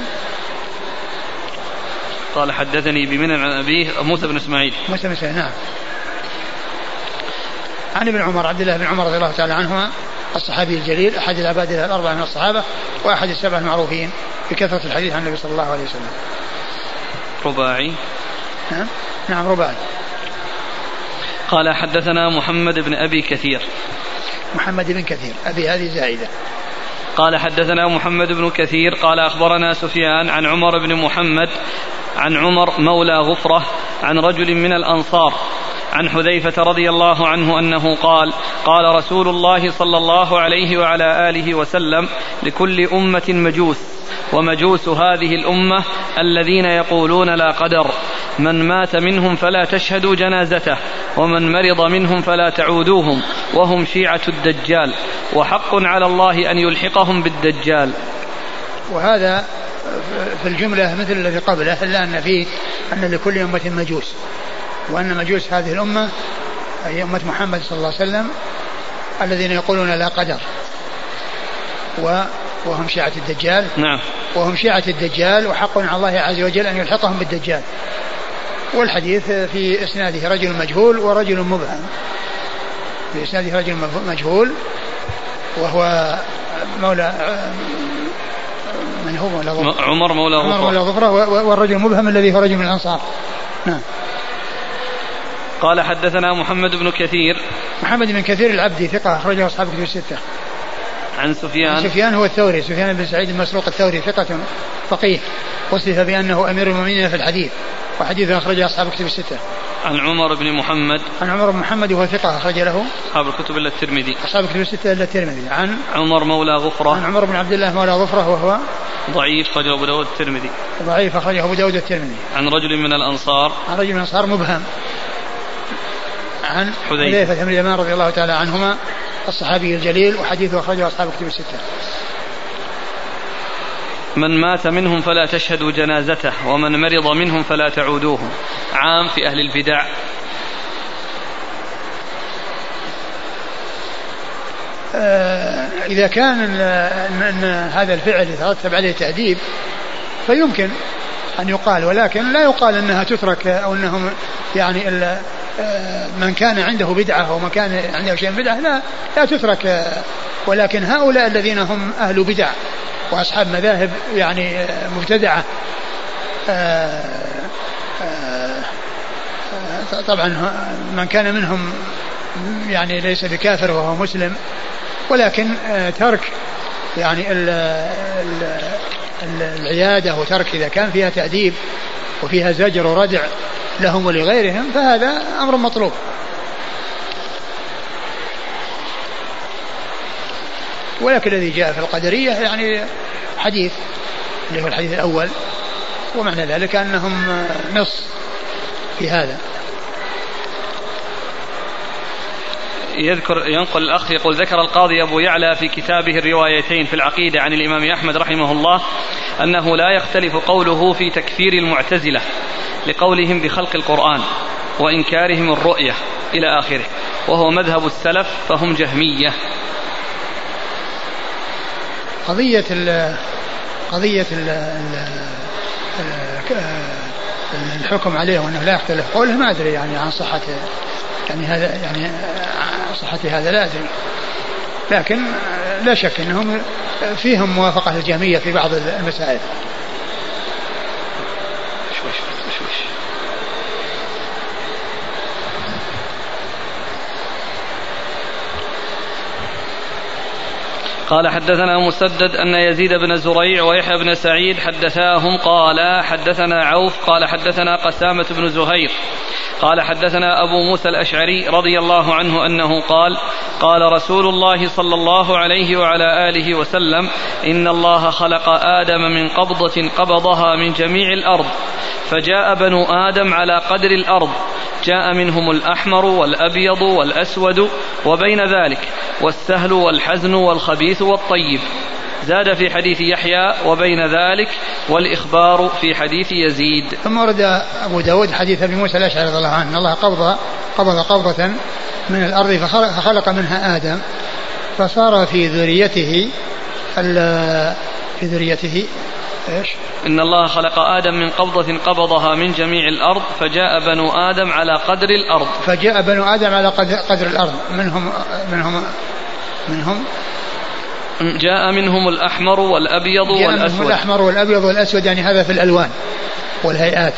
قال حدثني بمنى عن أبيه موسى بن إسماعيل. نعم. عن ابن عمر عبد الله بن عمر رضي الله تعالى عنهما الصحابي الجليل أحد العباد الأربعة من الصحابة وأحد السبع المعروفين بكثرة الحديث عن النبي صلى الله عليه وسلم. رباعي. نعم رباعي. قال حدثنا محمد بن أبي كثير أبي هذه زائدة. قال حدثنا محمد بن كثير قال أخبرنا سفيان عن عمر بن محمد عن عمر مولى غفرة عن رجل من الأنصار عن حذيفة رضي الله عنه أنه قال قال رسول الله صلى الله عليه وعلى آله وسلم لكل أمة مجوس ومجوس هذه الأمة الذين يقولون لا قدر من مات منهم فلا تشهدوا جنازته ومن مرض منهم فلا تعودوهم وهم شيعة الدجال وحق على الله أن يلحقهم بالدجال. وهذا في الجملة مثل الذي قبله إلا أن فيه أن لكل أمة مجوس وأن مجوس هذه الأمة هي أمة محمد صلى الله عليه وسلم الذين يقولون لا قدر وهم شيعة الدجال. نعم. وهم شيعة الدجال وحق على الله عز وجل أن يلحقهم بالدجال. والحديث في إسناده رجل مجهول ورجل مبهم. في إسناده رجل مجهول وهو مولى من هو مولى عمر مولى ظفرة والرجل مبهم الذي هو رجل من الأنصار. نعم. قال حدثنا محمد بن كثير. محمد بن كثير العبدي ثقة أخرجه أصحاب الكتب الستة. عن سفيان هو الثوري سفيان بن سعيد المسروق الثوري ثقة فقيه وصف بأنه أمير المؤمنين في الحديث وحديثه أخرجه أصحاب الكتب الستة. عن عمر بن محمد وهو ثقة أخرج له أصحاب الكتب إلا الترمذي. أصحاب الكتب الستة إلا الترمذي. عن عمر مولى غفرة. عن عمر بن عبد الله مولى غفرة وهو ضعيف أخرجه أبو داود الترمذي. ضعيف أخرجه أبو داود الترمذي. عن رجل من الأنصار. عن رجل من الأنصار مبهم. عن حذيفة بن اليمان رضي الله تعالى عنهما الصحابي الجليل وحديثه أخرجه أصحاب الكتب الستة. من مات منهم فلا تشهدوا جنازته ومن مرض منهم فلا تعودوه. عام في أهل البدع. إذا كان أن هذا الفعل يترتب عليه تأديب فيمكن أن يقال ولكن لا يقال أنها تترك أو أنهم يعني من كان عنده بدعة أو من كان عنده شيء بدعة لا تترك ولكن هؤلاء الذين هم أهل بدع وأصحاب مذاهب يعني مبتدعة طبعا من كان منهم يعني ليس بكافر وهو مسلم ولكن ترك يعني العيادة وترك إذا كان فيها تأديب وفيها زجر وردع لهم ولغيرهم فهذا أمر مطلوب. ولكن الذي جاء في القدرية يعني حديث اللي هو الحديث الأول ومعنى ذلك أنهم نص في هذا. ينقل الأخ يقول ذكر القاضي أبو يعلى في كتابه الروايتين في العقيدة عن الإمام أحمد رحمه الله أنه لا يختلف قوله في تكفير المعتزلة لقولهم بخلق القرآن وإنكارهم الرؤية إلى آخره وهو مذهب السلف فهم جهمية. قضية الحكم عليه وأنه لا يختلف قوله ما أدري يعني عن صحة يعني هذا يعني صحة هذا لا أدري لكن لا شك أنهم فيهم موافقة الجهمية في بعض المسائل. قال حدثنا مسدد أن يزيد بن زريع ويحيى بن سعيد حدثاهم قال حدثنا عوف قال حدثنا قسامة بن زهير قال حدثنا أبو موسى الأشعري رضي الله عنه أنه قال قال رسول الله صلى الله عليه وعلى آله وسلم إن الله خلق آدم من قبضة قبضها من جميع الأرض فجاء بنو آدم على قدر الأرض جاء منهم الأحمر والأبيض والأسود وبين ذلك والسهل والحزن والخبيث والطيب. زاد في حديث يحيى وبين ذلك والإخبار في حديث يزيد. ثم ورد أبو داود حديث أبي موسى الأشعري رضي الله عنه أن الله قبض قبضة من الأرض فخلق منها آدم فصار في ذريته إيش؟ إن الله خلق آدم من قبضة قبضها من جميع الأرض فجاء بنو آدم على قدر الأرض. فجاء بنو آدم على قدر الأرض منهم جاء منهم الأحمر والأبيض والأسود. منهم الأحمر والأبيض والأسود يعني هذا في الألوان والهيئات.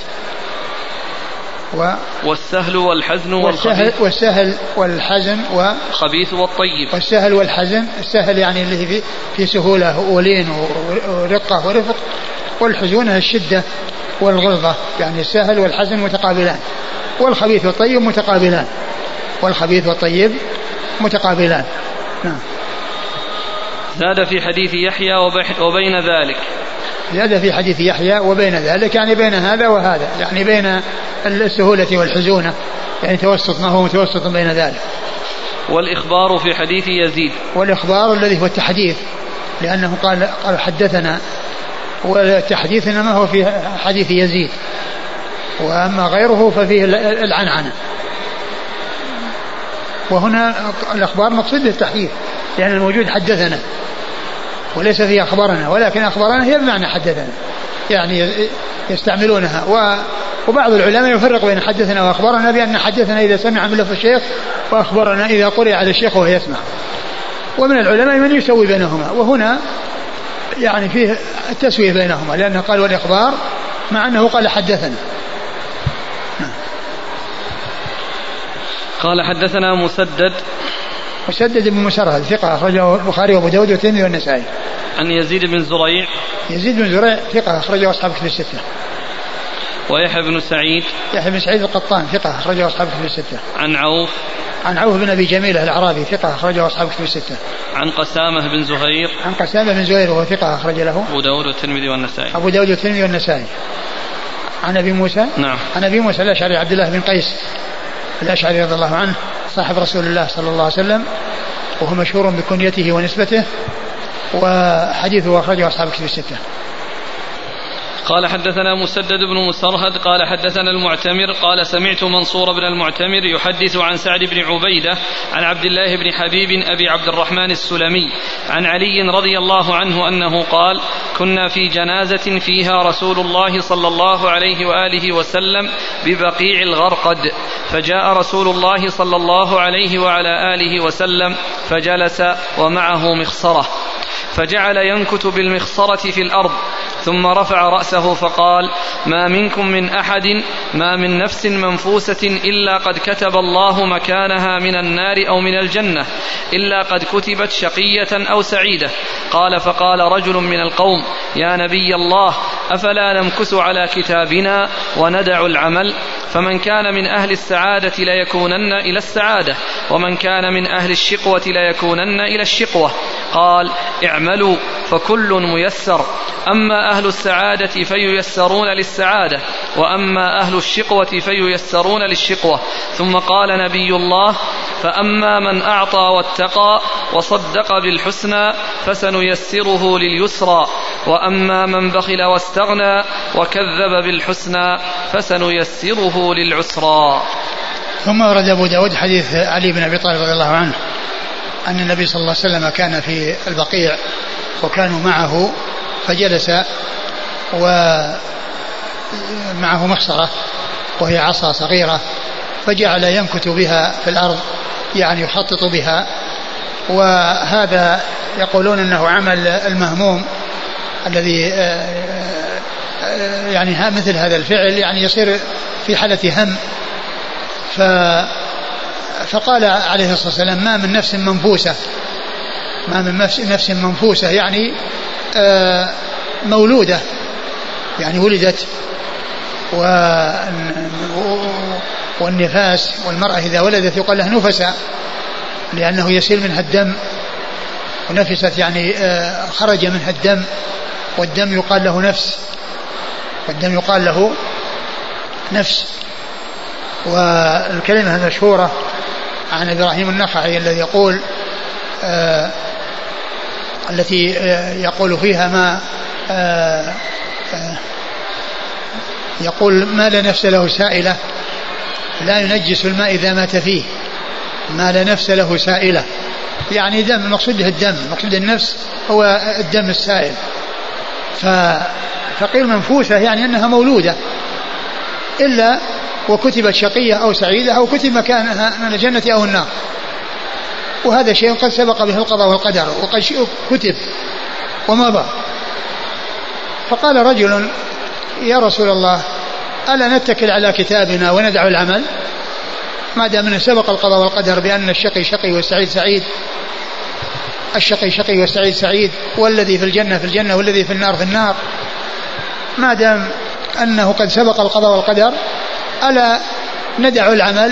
والسهل والحزن والسهل والحزن والخبيث والطيب. والسهل والحزن السهل يعني اللي في سهولة ولين ورقة ورفق والحزن الشدة والغلظة يعني السهل والحزن متقابلان والخبيث والطيب متقابلان، والخبيث والطيب متقابلان. نعم. زاد في حديث يحيى وبين ذلك، زاد في حديث يحيى وبين ذلك، يعني بين هذا وهذا، يعني بين السهولة والحزونة، يعني توسط، ما هو متوسط بين ذلك. والإخبار في حديث يزيد، والإخبار الذي هو التحديث، لأنه قال حدثنا، والتحديث إنما هو في حديث يزيد، وأما غيره ففيه العنعنة. وهنا الأخبار مقصود التحديث، لأن الموجود حدثنا وليس فيه أخبارنا، ولكن أخبارنا هي بمعنى حدثنا، يعني يستعملونها. وبعض العلماء يفرق بين حدثنا وأخبارنا بأن حدثنا إذا سمع من لفظ الشيخ، وأخبرنا إذا قرئ على الشيخ وهو يسمع. ومن العلماء من يسوي بينهما، وهنا يعني فيه التسوية بينهما، لأنه قال والإخبار مع أنه قال حدثنا. قال حدثنا مسدد بن مسرهد ثقة أخرجه البخاري وأبو داود والترمذي والنسائي. عن يزيد بن زريع، يزيد بن زريع ثقة أخرجه أصحاب كتب الستة. ويحيى بن سعيد القطان ثقة أخرجه أصحاب كتب الستة. عن عوف بن أبي جميلة الأعرابي ثقة أخرجه أصحاب كتب الستة. عن قسامة بن زهير وهو ثقة أخرج له أبو داود والترمذي والنسائي. عن أبي موسى، نعم، عن أبي موسى الأشعري عبد الله بن قيس الأشعري رضي الله عنه، صاحب رسول الله صلى الله عليه وسلم، وهو مشهور بكنيته ونسبته، وحديثه أخرجه أصحاب كتب الستة. قال حدثنا مسدد بن مسرهد قال حدثنا المعتمر قال سمعت منصور بن المعتمر يحدث عن سعد بن عبيدة عن عبد الله بن حبيب أبي عبد الرحمن السلمي عن علي رضي الله عنه أنه قال كنا في جنازة فيها رسول الله صلى الله عليه وآله وسلم ببقيع الغرقد، فجاء رسول الله صلى الله عليه وعلى آله وسلم فجلس ومعه مخصرة، فجعل ينكت بالمخصرة في الأرض، ثم رفع رأسه فقال ما منكم من أحد ما من نفس منفوسة إلا قد كتب الله مكانها من النار أو من الجنة، إلا قد كتبت شقية أو سعيدة. قال فقال رجل من القوم يا نبي الله أفلا نمكث على كتابنا وندع العمل؟ فمن كان من أهل السعادة ليكونن إلى السعادة، ومن كان من أهل الشقوة ليكونن إلى الشقوة. قال اعملوا فكل ميسر، أما أهل السعادة فييسرون للسعادة، وأما أهل الشقوة فييسرون للشقوة. ثم قال نبي الله فأما من أعطى واتقى وصدق بالحسنى فسنيسره لليسرى، وأما من بخل واستغنى وكذب بالحسنى فسنيسره للعسرى. ثم ورد أبو داود حديث علي بن أبي طالب رضي الله عنه أن النبي صلى الله عليه وسلم كان في البقيع وكانوا معه، فجلس ومعه مخصرة وهي عصا صغيرة، فجعل ينكت بها في الأرض، يعني يخطط بها. وهذا يقولون أنه عمل المهموم الذي يعني مثل هذا الفعل يعني يصير في حالة هم. فقال عليه الصلاة والسلام ما من نفس منفوسة يعني مولودة، يعني ولدت. والنفاس والمرأة إذا ولدت يقال له نفسا، لأنه يسيل منها الدم، ونفست يعني خرج منها الدم، والدم يقال له نفس. والكلمة المشهورة عن إبراهيم النخعي الذي يقول التي يقول فيها ما يقول ما لا نفس له سائلة لا ينجس الماء إذا مات فيه، ما لا نفس له سائلة، يعني دم، المقصود الدم، مقصود النفس هو الدم السائل. فقيل منفوسة يعني أنها مولودة، إلا وكتبت شقية أو سعيدة أو كتب مكانها من الجنة أو النار، وهذا شيء قد سبق به القضاء والقدر وقد كتب ومضى. فقال رجل يا رسول الله ألا نتكل على كتابنا وندع العمل ما دام أنه سبق القضاء والقدر بأن الشقي شقي والسعيد سعيد، الشقي شقي والسعيد سعيد، والذي في الجنة في الجنة والذي في النار في النار، ما دام أنه قد سبق القضاء والقدر ألا ندع العمل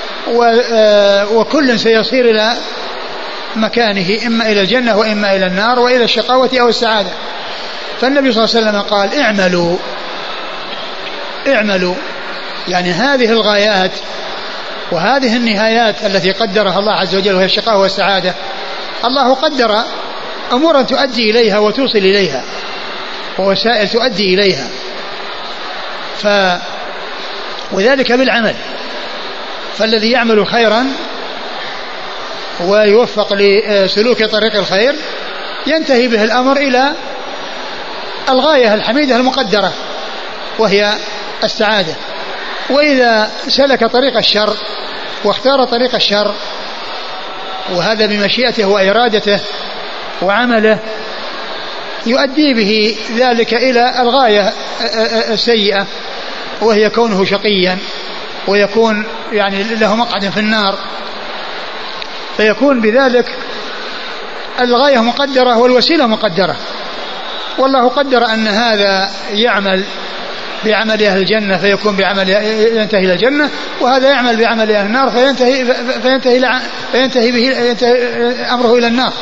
وكل سيصير إلى مكانه، إما إلى الجنة وإما إلى النار وإلى الشقاوة أو السعادة. فالنبي صلى الله عليه وسلم قال اعملوا، يعني هذه الغايات وهذه النهايات التي قدرها الله عز وجل وهي الشقاوة والسعادة، الله قدر أمورا تؤدي إليها وتوصل إليها ووسائل تؤدي إليها، وذلك بالعمل. فالذي يعمل خيرا ويوفق لسلوك طريق الخير ينتهي به الأمر إلى الغاية الحميدة المقدرة وهي السعادة. وإذا سلك طريق الشر واختار طريق الشر وهذا بمشيئته وإرادته وعمله يؤدي به ذلك إلى الغاية السيئة وهي كونه شقيا ويكون يعني له مقعد في النار، فيكون بذلك الغاية مقدرة والوسيلة مقدرة. والله قدر أن هذا يعمل بعمل أهل الجنة فيكون بعمل ينتهي إلى الجنة، وهذا يعمل بعمل أهل النار فينتهي أمره إلى النار.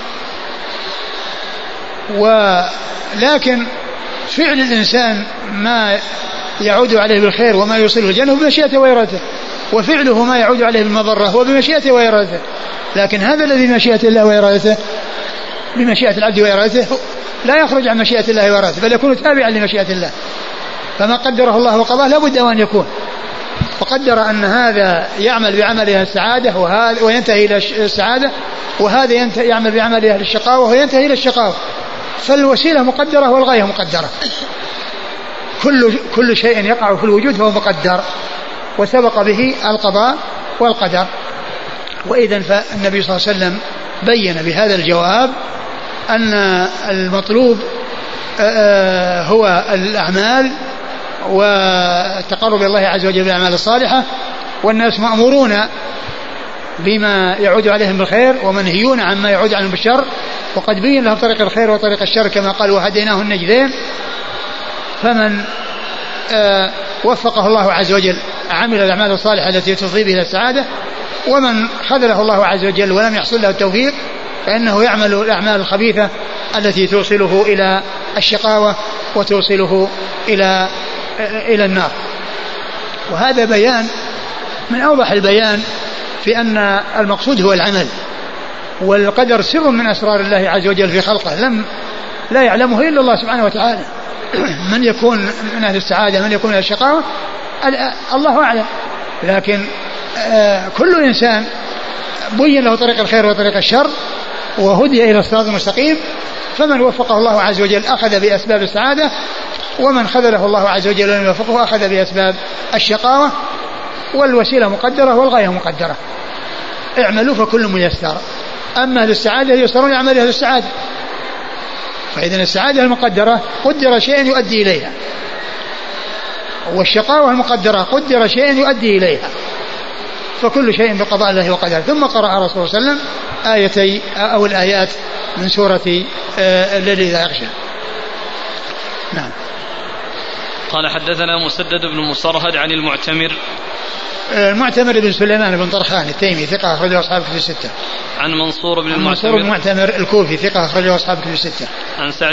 ولكن فعل الإنسان ما يعود عليه بالخير وما يوصله الجنة بمشيئته وإرادته، وفعله ما يعود عليه بالمضرة هو بمشيئته وإرادته. لكن هذا الذي بمشيئة الله وإرادته بمشيئة العبد وإرادته لا يخرج عن مشيئة الله وإرادته بل يكون تابعا لمشيئة الله. فما قدره الله وقضاه لابد أن يكون. وقدر أن هذا يعمل بعمله السعادة وينتهي إلى السعادة، وهذا يعمل بعمله الشقاوة وينتهي إلى الشقاوة. فالوسيلة مقدرة والغاية مقدرة. كل شيء يقع في الوجود فهو مقدر وسبق به القضاء والقدر. وإذن فالنبي صلى الله عليه وسلم بين بهذا الجواب أن المطلوب هو الأعمال والتقرب إلى الله عز وجل بالأعمال الصالحة، والناس مأمورون بما يعود عليهم بالخير ومنهيون عما يعود عنهم بالشر، وقد بين لهم طريق الخير وطريق الشر كما قال وهديناه النجدين. فمن وفقه الله عز وجل عمل الأعمال الصالحة التي تفضي به إلى السعادة، ومن خذله الله عز وجل ولم يحصل له التوفيق فإنه يعمل الأعمال الخبيثة التي توصله إلى الشقاوة وتوصله إلى النار. وهذا بيان من أوضح البيان في أن المقصود هو العمل، والقدر سر من أسرار الله عز وجل في خلقه لا يعلمه إلا الله سبحانه وتعالى. من يكون من أهل السعادة من يكون من أهل الشقاوة الله أعلم، لكن كل إنسان بين له طريق الخير وطريق الشر وهدي إلى الصراط المستقيم. فمن وفقه الله عز وجل أخذ بأسباب السعادة، ومن خذله الله عز وجل ولم يوفقه أخذ بأسباب الشقاوة. والوسيلة مقدرة والغاية مقدرة. اعملوا فكل ميسر. أما أهل السعادة يسرون يعمل أهل السعادة. فإذا السعادة المقدرة قدر شيء يؤدي إليها، والشقاوة المقدرة قدر شيء يؤدي إليها، فكل شيء بقضاء الله وقدره. ثم قرأ رسول الله صلى الله عليه وسلم آيتي أو الآيات من سورة الليل إذا يغشى. نعم. قال حدثنا مسدد بن مصرهد عن المعتمر بن سليمان بن طرخان التيمي ثقة أخرجه أصحاب كتب الستة. عن منصور بن المعتمر الكوفي ثقة أخرجه أصحاب كتب الستة. عن سعد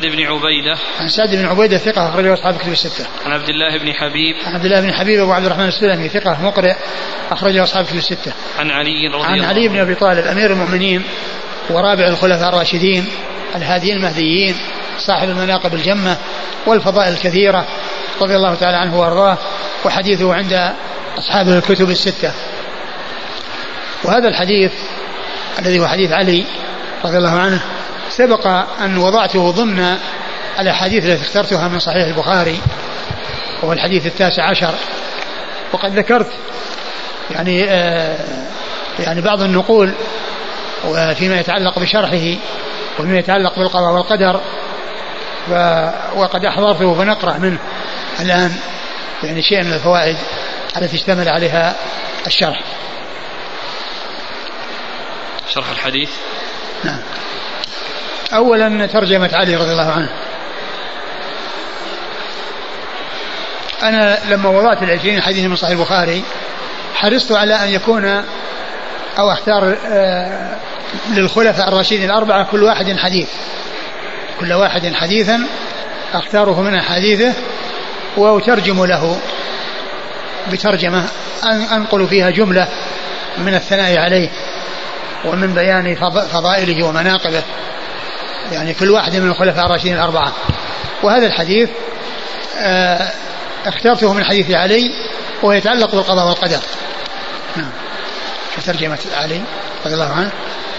بن عبيدة ثقة أخرجه أصحاب كتب الستة. عن عبد الله بن حبيب أبو عبد الرحمن السلمي ثقة مقرئ أخرجه أصحاب كتب الستة. عن علي بن أبي طالب أمير المؤمنين ورابع الخلفاء الراشدين الهاديين المهديين صاحب المناقب الجمة والفضائل الكثيرة رضي الله تعالى عنه وارضاه، وحديثه عند أصحاب الكتب الستة. وهذا الحديث الذي هو حديث علي رضي الله عنه سبق أن وضعته ضمن الأحاديث التي اخترتها من صحيح البخاري، وهو الحديث 19. وقد ذكرت يعني بعض النقول وفيما يتعلق بشرحه وفيما يتعلق بالقضاء والقدر، وقد أحضرته فنقرأ منه الآن يعني شيء من الفوائد التي اشتمل عليها الشرح. شرح الحديث. نعم. أولا ترجمة علي رضي الله عنه. أنا لما وضعت 20 حديث من صحيح البخاري حرصت على أن يكون أو أختار للخلفاء الراشدين الأربعة كل واحد حديثا أختاره من حديثه وأترجم له بترجمة أنقل فيها جملة من الثناء عليه ومن بيان فضائله ومناقبه، يعني كل واحد من الخلفاء الراشدين الأربعة. وهذا الحديث اخترته من حديث علي وهو يتعلق بالقضاء والقدر. نعم. في ترجمة علي رضي الله عنه.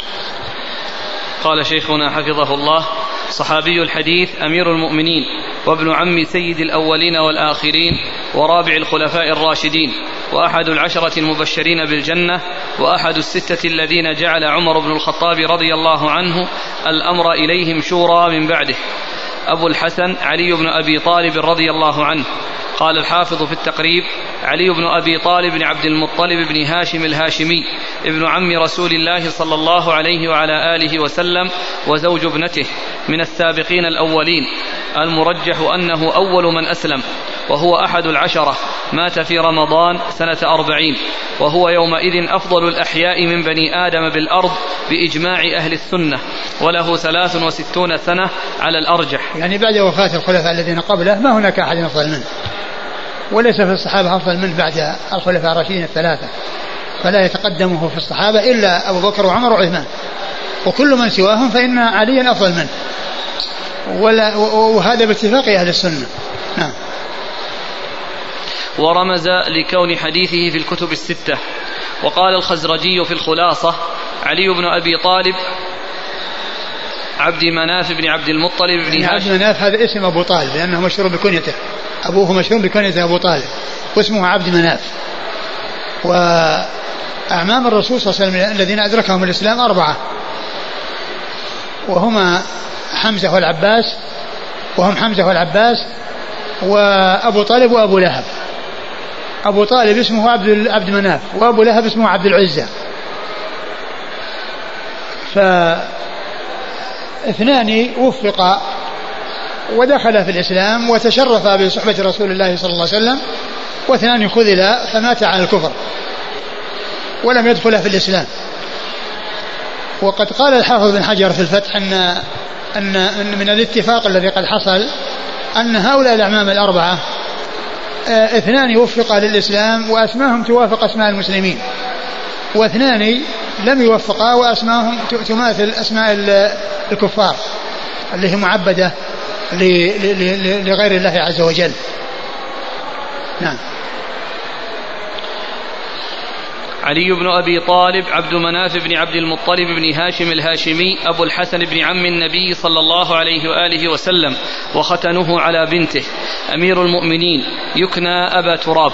قال شيخنا حفظه الله: صحابي الحديث أمير المؤمنين وابن عم سيد الأولين والآخرين ورابع الخلفاء الراشدين وأحد العشرة المبشرين بالجنة وأحد الستة الذين جعل عمر بن الخطاب رضي الله عنه الأمر إليهم شورى من بعده، أبو الحسن علي بن أبي طالب رضي الله عنه. قال الحافظ في التقريب: علي بن أبي طالب بن عبد المطلب بن هاشم الهاشمي ابن عم رسول الله صلى الله عليه وعلى آله وسلم وزوج ابنته، من السابقين الأولين، المرجح أنه أول من أسلم، وهو أحد العشرة، مات في رمضان سنة 40، وهو يومئذ أفضل الأحياء من بني آدم بالأرض بإجماع أهل السنة، وله 63 سنة على الأرجح. يعني بعد وفاة الخلفاء الذين قبله ما هناك أحد أفضل منه، وليس في الصحابة أفضل منه بعد الخلفاء الراشدين الثلاثة، فلا يتقدمه في الصحابة إلا أبو بكر وعمر وعثمان، وكل من سواهم فإن عليا أفضل منه، وهذا باتفاق أهل السنة. نعم. ورمز لكون حديثه في الكتب الستة. وقال الخزرجي في الخلاصة: علي بن أبي طالب عبد مناف بن عبد المطلب بن هاشم. عبد مناف هذا اسم أبو طالب لأنه مشهور بكنيته، أبوه مشهور بكنيته أبو طالب واسمه عبد مناف. وأعمام الرسول صلى الله عليه وسلم الذين أدركهم الإسلام 4، وهما حمزة والعباس وأبو طالب وأبو لهب. أبو طالب اسمه عبد مناف، وأبو لهب اسمه عبد العزة. فاثنان وفقا ودخل في الإسلام وتشرف بصحبة رسول الله صلى الله عليه وسلم، واثنان خذلا فمات على الكفر ولم يدخل في الإسلام. وقد قال الحافظ بن حجر في الفتح أن من الاتفاق الذي قد حصل أن هؤلاء الأعمام 4 اثنان وفقا للإسلام وأسماهم توافق أسماء المسلمين، واثنان لم يوفقا وأسماهم تماثل أسماء الكفار اللي هي معبدة لغير الله عز وجل. نعم. علي بن أبي طالب عبد مناف بن عبد المطلب بن هاشم الهاشمي أبو الحسن بن عم النبي صلى الله عليه وآله وسلم، وختنه على بنته، أمير المؤمنين، يكنى أبا تراب.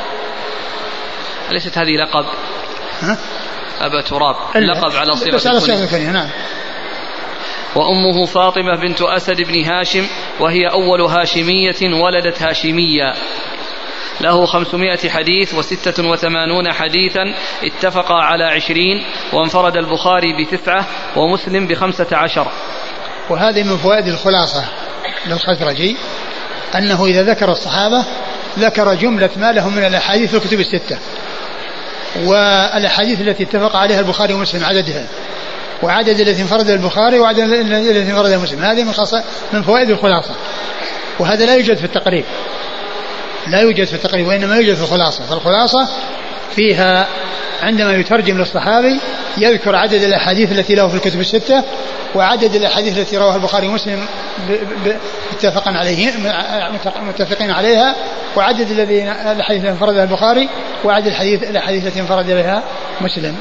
أليست هذه لقب؟ أبا تراب لقب على صيغة الكنية. نعم. وأمه فاطمة بنت أسد بن هاشم، وهي أول هاشمية ولدت هاشميا. له 500 حديث و86 حديثا، اتفق على 20، وانفرد البخاري ب9 ومسلم ب15. وهذه من فوائد الخلاصة للخزرجي أنه إذا ذكر الصحابة ذكر جملة ما لهم من الأحاديث في الكتب الستة، والأحاديث التي اتفق عليها البخاري ومسلم عددها، وعدد الذي انفرد البخاري وعدد الذي انفرد مسلم. هذه من فوائد الخلاصة، وهذا لا يوجد في التقريب، وإنما يوجد في الخلاصة. فالخلاصة فيها عندما يترجم للصحابي يذكر عدد الأحاديث التي له في الكتب الستة، وعدد الأحاديث التي رواها البخاري ومسلم متفقين عليها، وعدد الأحاديث التي انفردها البخاري، وعدد الأحاديث التي انفرد بها مسلم.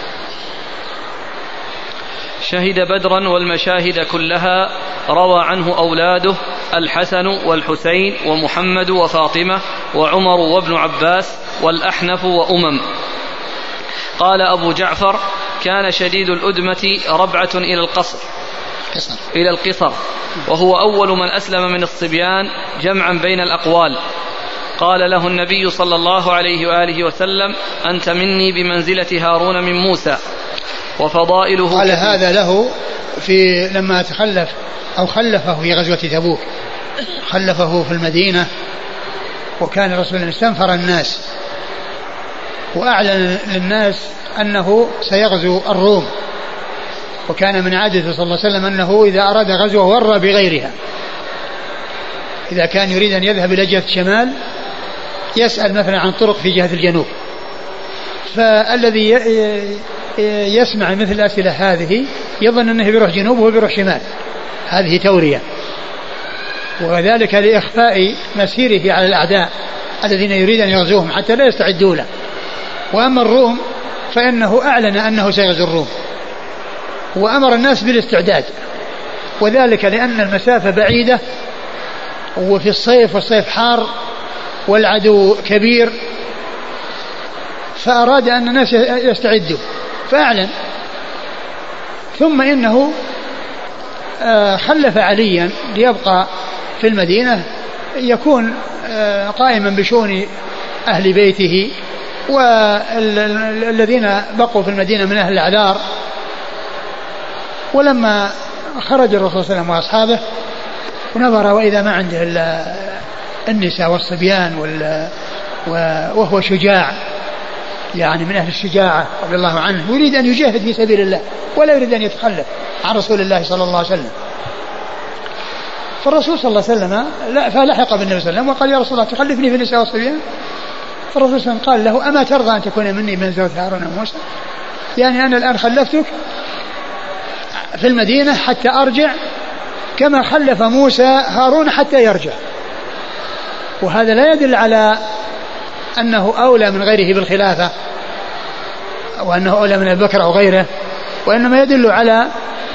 شهد بدرا والمشاهد كلها، روى عنه أولاده الحسن والحسين ومحمد وفاطمة وعمر وابن عباس والأحنف وأمم. قال أبو جعفر: كان شديد الأدمة ربعة إلى القصر، وهو أول من أسلم من الصبيان جمعا بين الأقوال. قال له النبي صلى الله عليه وآله وسلم: أنت مني بمنزلة هارون من موسى. وفضائله قال هذا له لما تخلف أو خلفه في غزوة تبوك، خلفه في المدينة، وكان رسول الله استنفر الناس وأعلن للناس أنه سيغزو الروم، وكان من عادته صلى الله عليه وسلم أنه إذا أراد غزوه ور بغيرها. إذا كان يريد أن يذهب إلى جهة الشمال يسأل مثلا عن طرق في جهة الجنوب، فالذي يسمع مثل الأسئلة هذه يظن أنه بيروح جنوب وهو بيروح شمال، هذه تورية، وذلك لإخفاء مسيره على الأعداء الذين يريد أن يغزوهم حتى لا يستعدوا له. وأما الروم فإنه أعلن أنه سيغزو الروم وأمر الناس بالاستعداد، وذلك لأن المسافة بعيدة وفي الصيف والصيف حار والعدو كبير، فأراد أن الناس يستعدوا فأعلن. ثم إنه خلف عليا ليبقى في المدينة يكون قائما بشؤون أهل بيته والذين بقوا في المدينة من أهل الأعذار. ولما خرج الرسول صلى الله عليه وسلم وأصحابه ونظر وإذا ما عنده إلا النساء والصبيان وهو شجاع يعني من أهل الشجاعة رضي الله عنه، يريد أن يجاهد في سبيل الله ولا يريد أن يتخلف عن رسول الله صلى الله عليه وسلم. فالرسول صلى الله عليه وسلم فلحق بالنبي صلى الله عليه وسلم وقال: يا رسول الله تخلفني في النساء والصبيان؟ فالرسول صلى الله عليه وسلم قال له: أما ترضى أن تكون مني منزلة هارون وموسى؟ يعني أنا الآن خلفتك في المدينة حتى أرجع كما خلف موسى هارون حتى يرجع. وهذا لا يدل على أنه أولى من غيره بالخلافة وأنه أولى من أبي بكر أو غيره، وإنما يدل على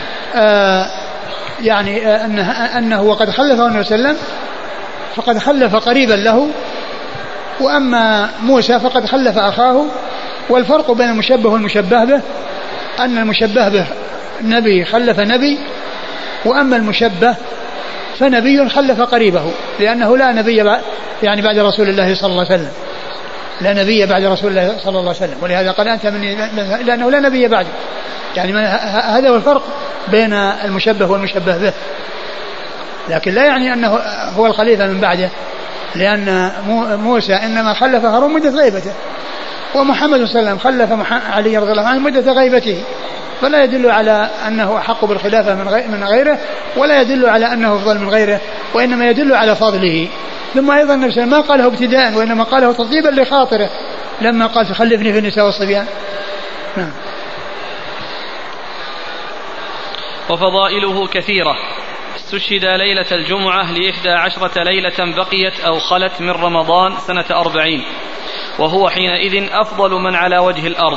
يعني أنه وقد خلفه النبي صلى الله عليه وسلم فقد خلف قريبا له، وأما موسى فقد خلف أخاه. والفرق بين المشبه والمشبه به أن المشبه به نبي خلف نبي، وأما المشبه فنبي خلف قريبه، لأنه لا نبي يعني بعد رسول الله صلى الله عليه وسلم، لا نبي بعد رسول الله صلى الله عليه وسلم، ولهذا قال أنت مني لأنه لا نبي بعده. يعني هذا هو الفرق بين المشبه والمشبه به، لكن لا يعني أنه هو الخليفة من بعده، لأن موسى إنما خلف هارون مدة غيبته، ومحمد صلى الله عليه وسلم خلف علي رضي الله عنه مدة غيبته، فلا يدل على أنه أحق بالخلافة من غيره، ولا يدل على أنه أفضل من غيره، وإنما يدل على فضله. ثم أيضا النبي صلى الله عليه وسلم ما قاله ابتداء، وإنما قاله تطيبا لخاطره لما قال: تخلفني في النساء والصبيان. نعم. وفضائله كثيرة. استشهد ليلة الجمعة ل11 ليلة بقيت أو خلت من رمضان سنة 40، وهو حينئذ أفضل من على وجه الأرض.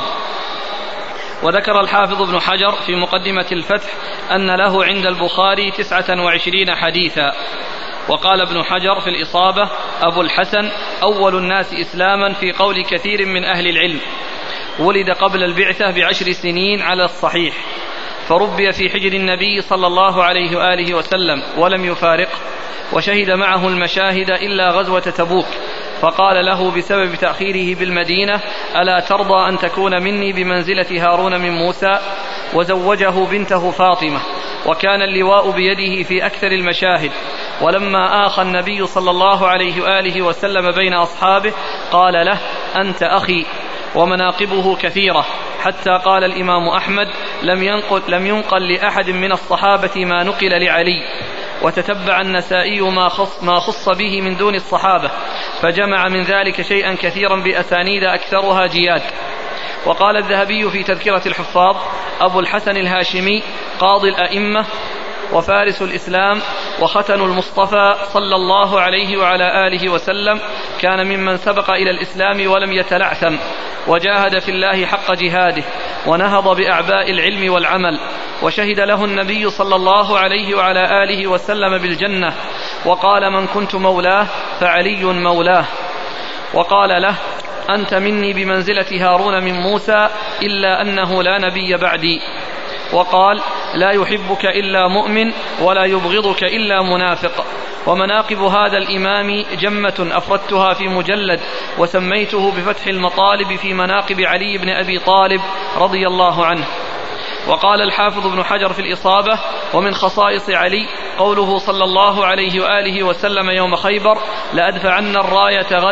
وذكر الحافظ ابن حجر في مقدمة الفتح أن له عند البخاري 29 حديثا. وقال ابن حجر في الإصابة: أبو الحسن أول الناس إسلاما في قول كثير من أهل العلم، ولد قبل البعثة ب10 سنين على الصحيح، فربي في حجر النبي صلى الله عليه وآله وسلم ولم يفارقه، وشهد معه المشاهد إلا غزوة تبوك، فقال له بسبب تأخيره بالمدينة: ألا ترضى أن تكون مني بمنزلة هارون من موسى؟ وزوجه بنته فاطمة، وكان اللواء بيده في أكثر المشاهد. ولما آخى النبي صلى الله عليه وآله وسلم بين أصحابه قال له: أنت أخي. ومناقبه كثيرة، حتى قال الإمام أحمد: لم ينقل لأحد من الصحابة ما نقل لعلي. وتتبع النسائي ما خص به من دون الصحابة، فجمع من ذلك شيئا كثيرا بأسانيد أكثرها جياد. وقال الذهبي في تذكرة الحفاظ: أبو الحسن الهاشمي قاضي الأئمة وفارس الإسلام وختن المصطفى صلى الله عليه وعلى آله وسلم، كان ممن سبق إلى الإسلام ولم يتلعثم، وجاهد في الله حق جهاده، ونهض بأعباء العلم والعمل، وشهد له النبي صلى الله عليه وعلى آله وسلم بالجنة، وقال: من كنت مولاه فعلي مولاه. وقال له: أنت مني بمنزلة هارون من موسى، إلا أنه لا نبي بعدي. وقال: لا يحبك إلا مؤمن ولا يبغضك إلا منافق. ومناقب هذا الإمام جمة أفردتها في مجلد، وسميته بفتح المطالب في مناقب علي بن أبي طالب رضي الله عنه. وقال الحافظ ابن حجر في الإصابة: ومن خصائص علي قوله صلى الله عليه وآله وسلم يوم خيبر: لأدفعن الراية غدا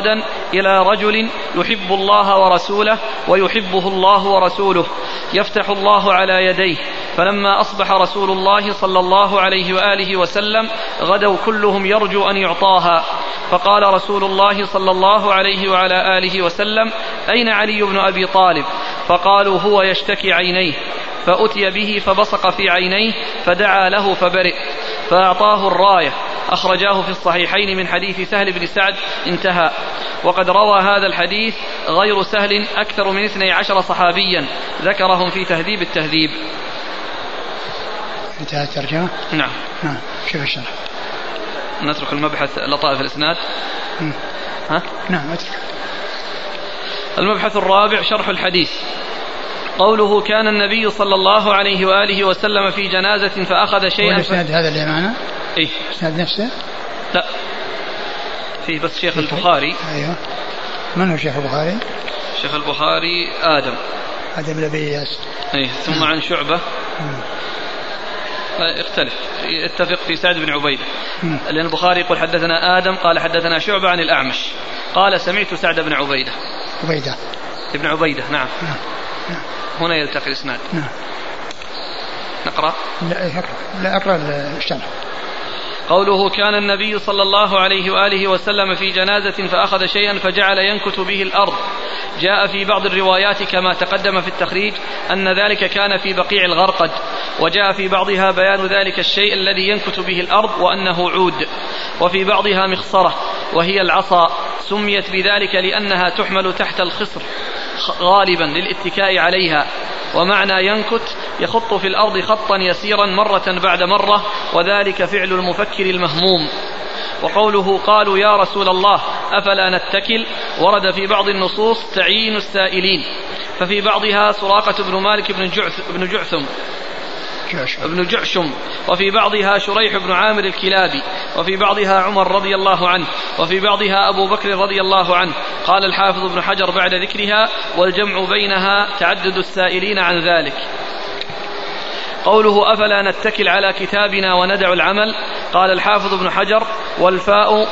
إلى رجل يحب الله ورسوله ويحبه الله ورسوله يفتح الله على يديه، فلما أصبح رسول الله صلى الله عليه وآله وسلم غدوا كلهم يرجو أن يعطاها، فقال رسول الله صلى الله عليه وعلى آله وسلم: أين علي بن أبي طالب؟ فقالوا: هو يشتكي عينيه. فأتي به فبصق في عينيه فدعا له فبرئ، فأعطاه الراية. أخرجاه في الصحيحين من حديث سهل بن سعد انتهى. وقد روى هذا الحديث غير سهل أكثر من 12 صحابيا ذكرهم في تهذيب التهذيب. انتهى الترجمة؟ نعم. شوف الشرح. نترك المبحث لطائف الإسناد. ها؟ نعم اترك. المبحث الرابع شرح الحديث. قوله: كان النبي صلى الله عليه وآله وسلم في جنازة فأخذ شيئا. والإسناد هذا اللي معنا؟ إيه؟ الإسناد نفسه؟ لا، فيه بس شيخ البخاري. أيوه. من هو شيخ البخاري؟ شيخ البخاري آدم بن أبي إياس. إيه. ثم عن شعبة. يختلف، يتفق في سعد بن عبيدة، لأن البخاري يقول حدثنا آدم قال حدثنا شعبة عن الأعمش قال سمعت سعد بن عبيدة. ابن عبيدة. نعم. هنا يلتقي الإسناد. نقرأ؟ لا أقرأ الشرح. قوله: كان النبي صلى الله عليه وآله وسلم في جنازة فأخذ شيئا فجعل ينكت به الأرض. جاء في بعض الروايات كما تقدم في التخريج أن ذلك كان في بقيع الغرقد، وجاء في بعضها بيان ذلك الشيء الذي ينكت به الأرض وأنه عود، وفي بعضها مخصرة وهي العصا، سميت بذلك لأنها تحمل تحت الخصر غالبا للاتكاء عليها. ومعنى ينكت يخط في الأرض خطا يسيرا مرة بعد مرة، وذلك فعل المفكر المهموم. وقوله: قالوا يا رسول الله أفلا نتكل، ورد في بعض النصوص تعيين السائلين، ففي بعضها سراقة بن مالك بن جعشم، وفي بعضها شريح بن عامر الكلابي، وفي بعضها عمر رضي الله عنه، وفي بعضها أبو بكر رضي الله عنه. قال الحافظ ابن حجر بعد ذكرها: والجمع بينها تعدد السائلين عن ذلك. قوله: أفلا نتكل على كتابنا وندع العمل. قال الحافظ ابن حجر: والفاء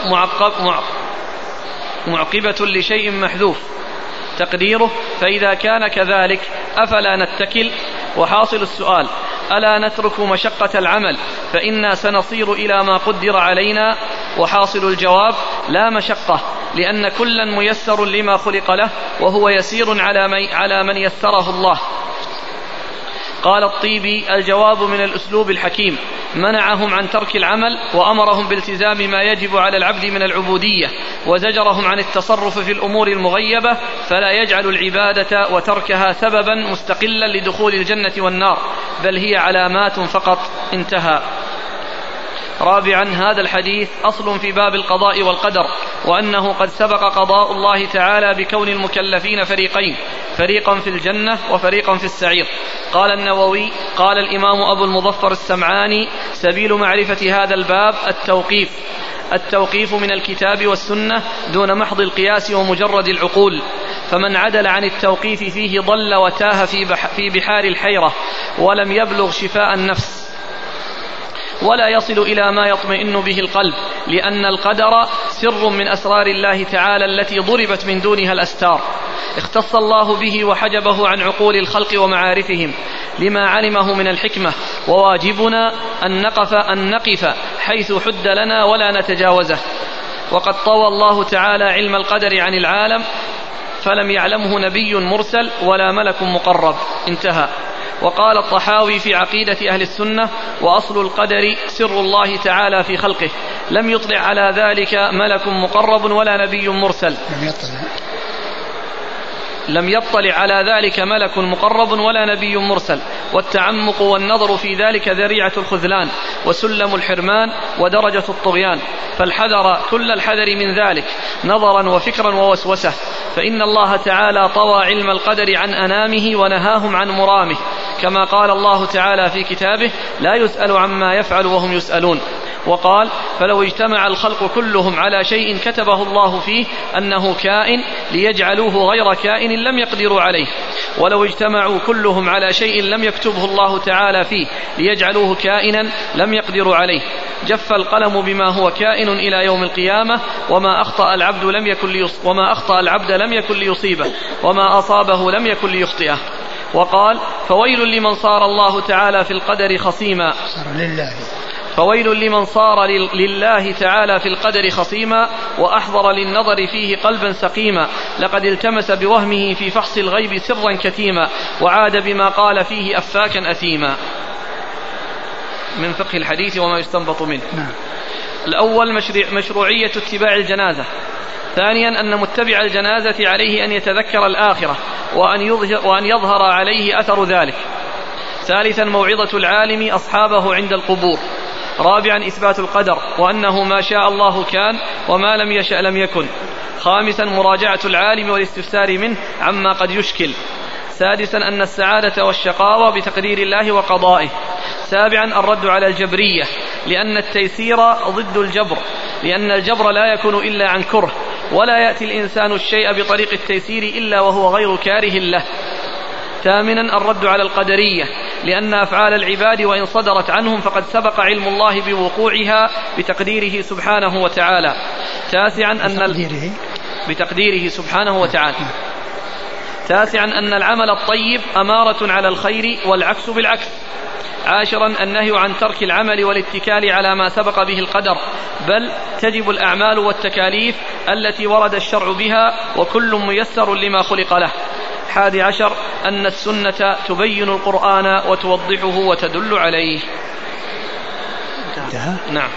معقبة لشيء محذوف، تقديره: فإذا كان كذلك أفلا نتكل. وحاصل السؤال: ألا نترك مشقة العمل فإنا سنصير إلى ما قدر علينا؟ وحاصل الجواب: لا مشقة، لأن كلا ميسر لما خلق له، وهو يسير على من يسره الله. قال الطيبي: الجواب من الأسلوب الحكيم، منعهم عن ترك العمل وأمرهم بالتزام ما يجب على العبد من العبودية، وزجرهم عن التصرف في الأمور المغيبة، فلا يجعل العبادة وتركها سببا مستقلا لدخول الجنة والنار، بل هي علامات فقط. انتهى. رابعا، هذا الحديث أصل في باب القضاء والقدر، وأنه قد سبق قضاء الله تعالى بكون المكلفين فريقين، فريقا في الجنة وفريقا في السعير. قال النووي: قال الإمام أبو المظفر السمعاني: سبيل معرفة هذا الباب التوقيف من الكتاب والسنة دون محض القياس ومجرد العقول، فمن عدل عن التوقيف فيه ضل وتاه في بحار الحيرة، ولم يبلغ شفاء النفس، ولا يصل إلى ما يطمئن به القلب، لأن القدر سر من أسرار الله تعالى التي ضربت من دونها الأستار، اختص الله به وحجبه عن عقول الخلق ومعارفهم لما علمه من الحكمة، وواجبنا أن نقف حيث حد لنا ولا نتجاوزه. وقد طوى الله تعالى علم القدر عن العالم، فلم يعلمه نبي مرسل ولا ملك مقرب. انتهى. وقال الطحاوي في عقيدة أهل السنة: وأصل القدر سر الله تعالى في خلقه، لم يطلع على ذلك ملك مقرب ولا نبي مرسل. لم يطلع على ذلك ملك مقرب ولا نبي مرسل، والتعمق والنظر في ذلك ذريعة الخذلان وسلم الحرمان ودرجة الطغيان، فالحذر كل الحذر من ذلك نظرا وفكرا ووسوسة، فإن الله تعالى طوى علم القدر عن أنامه ونهاهم عن مرامه، كما قال الله تعالى في كتابه: لا يسأل عما يفعل وهم يسألون. وقال: فلو اجتمع الخلق كلهم على شيء كتبه الله فيه أنه كائن ليجعلوه غير كائن لم يقدروا عليه، ولو اجتمعوا كلهم على شيء لم يكتبه الله تعالى فيه ليجعلوه كائنا لم يقدروا عليه. جف القلم بما هو كائن إلى يوم القيامة، وما أخطأ العبد لم يكن ليصيبه، وما أصابه لم يكن ليخطئه. وقال: فويل لمن صار الله تعالى في القدر خصيما، فويل لمن صار لله تعالى في القدر خصيما، وأحضر للنظر فيه قلبا سقيما، لقد التمس بوهمه في فحص الغيب سرا كتيما، وعاد بما قال فيه أفاكا أثيما. من فقه الحديث وما يستنبط منه. الأول مشروعية اتباع الجنازة. ثانيا أن متبع الجنازة عليه أن يتذكر الآخرة وأن يظهر عليه أثر ذلك. ثالثا موعظة العالم أصحابه عند القبور. رابعا إثبات القدر وأنه ما شاء الله كان وما لم يشأ لم يكن. خامسا مراجعة العالم والاستفسار منه عما قد يشكل. سادسا أن السعادة والشقاوة بتقدير الله وقضائه. سابعا الرد على الجبرية، لأن التيسير ضد الجبر، لأن الجبر لا يكون إلا عن كره، ولا يأتي الإنسان الشيء بطريق التيسير إلا وهو غير كاره له. ثامنا الرد على القدرية، لأن أفعال العباد وإن صدرت عنهم فقد سبق علم الله بوقوعها بتقديره سبحانه وتعالى. تاسعا بتقديره سبحانه وتعالى. تاسعا أن العمل الطيب أمارة على الخير والعكس بالعكس. عاشرا النهي عن ترك العمل والاتكال على ما سبق به القدر، بل تجب الأعمال والتكاليف التي ورد الشرع بها، وكل ميسر لما خلق له. 11 أن السنة تبين القرآن وتوضحه وتدل عليه. نعم.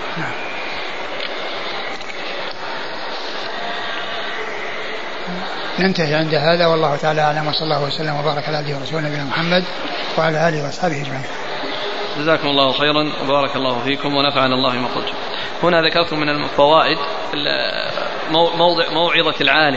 ننتهي عند هذا، والله تعالى أعلم، وصلى الله وسلم وبارك على عبده ورسوله نبينا محمد وعلى آله وأصحابه أجمعين. جزاكم الله خيرا وبارك الله فيكم ونفعنا الله ما قلتم. هنا ذكرتم من الفوائد موعظة العالم.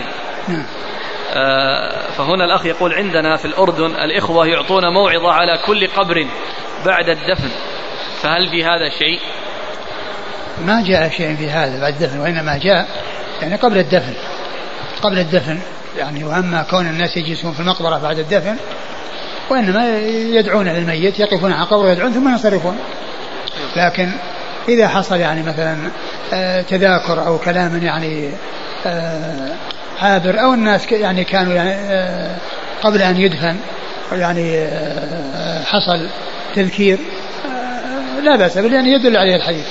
فهنا الأخ يقول: عندنا في الأردن الإخوة يعطون موعظة على كل قبر بعد الدفن، فهل في هذا شيء؟ ما جاء شيء في هذا بعد الدفن، وإنما جاء يعني قبل الدفن يعني. وأما كون الناس يجلسون في المقبرة بعد الدفن، وإنما يدعون للميت، يقفون على قبره ويدعون ثم ينصرفون. لكن إذا حصل يعني مثلا تذاكر أو كلام يعني عابر، أو الناس يعني كانوا يعني قبل أن يدفن يعني حصل تذكير، لا بأس به، لأن يدل عليه الحديث.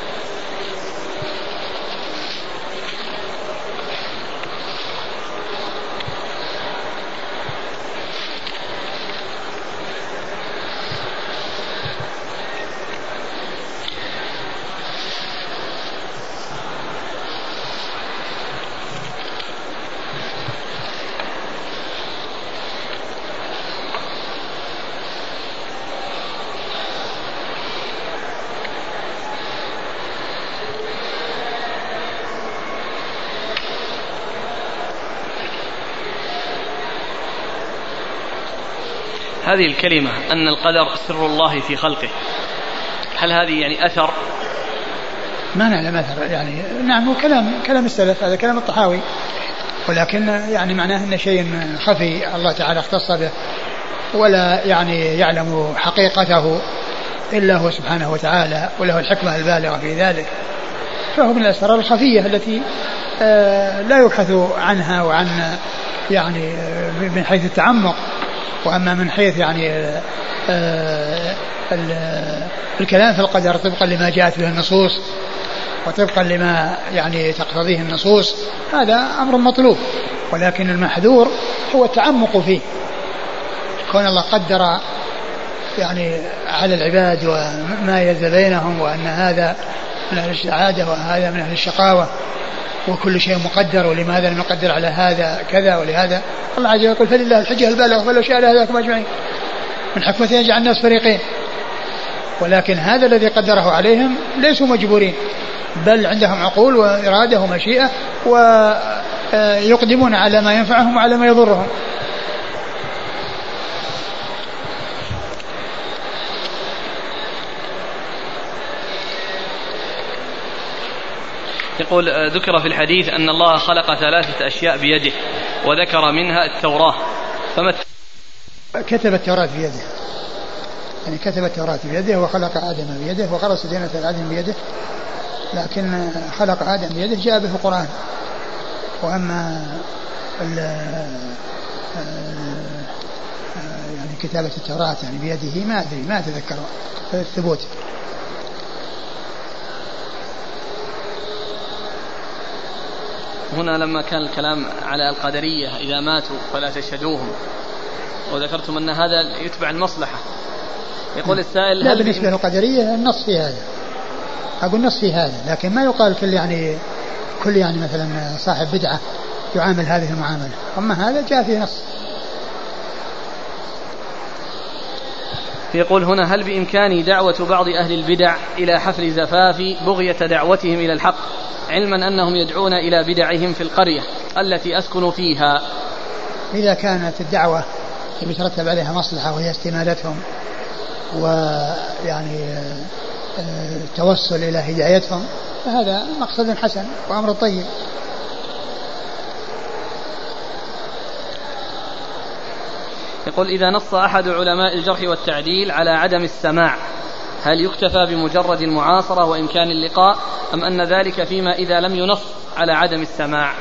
هذه الكلمة أن القدر سر الله في خلقه، هل هذه يعني أثر؟ ما نعلم أثر يعني. نعم، كلام السلف، هذا كلام الطحاوي، ولكن يعني معناه أن شيء خفي الله تعالى اختص به، ولا يعني يعلم حقيقته إلا هو سبحانه وتعالى، وله الحكمة البالغة في ذلك. فهو من الأسرار الخفية التي لا يبحث عنها وعن يعني من حيث التعمق. وأما من حيث يعني الكلام في القدر طبقا لما جاءت به النصوص وطبقا لما يعني تقتضيه النصوص، هذا أمر مطلوب، ولكن المحذور هو التعمق فيه. كون الله قدر يعني على العباد وما يزل بينهم، وأن هذا من أهل السعادة وهذا من أهل الشقاوة، وكل شيء مقدر، ولماذا لم يقدر على هذا كذا ولهذا. الله عز وجل يقول: فلله الحجة البالغة ولو شاء لهداكم أجمعين. من حكمته يجعل الناس فريقين، ولكن هذا الذي قدره عليهم ليسوا مجبورين، بل عندهم عقول وإرادة ومشيئة، ويقدمون على ما ينفعهم وعلى ما يضرهم. يقول: ذكر في الحديث أن الله خلق 3 أشياء بيده، وذكر منها التوراة، فما كتب التوراة بيده، يعني كتب التوراة بيده وخلق آدم بيده وغرس دينة الآدم بيده، لكن خلق آدم بيده جاء به القرآن. وأما يعني كتابة التوراة يعني بيده ما أدري، ما أتذكر الثبوت. هنا لما كان الكلام على القدرية إذا ماتوا فلا تشهدوهم، وذكرتم أن هذا يتبع المصلحة، يقول السائل لا بالنسبة للقدرية النص في هذا، أقول النص في هذا، لكن ما يقال كل يعني مثلا صاحب بدعة يعامل هذه المعاملة، أما هذا جاء فيه نص. يقول هنا هل بإمكاني دعوة بعض أهل البدع إلى حفل زفافي بغية دعوتهم إلى الحق، علما أنهم يدعون إلى بدعهم في القرية التي أسكن فيها؟ إذا كانت الدعوة يترتب عليها مصلحة وهي استمالتهم ويعني التوصل إلى هدايتهم فهذا مقصد حسن وأمر طيب. يقول إذا نص أحد علماء الجرح والتعديل على عدم السماع هل يكتفى بمجرد المعاصرة وإمكان اللقاء، أم أن ذلك فيما إذا لم ينص على عدم السماع؟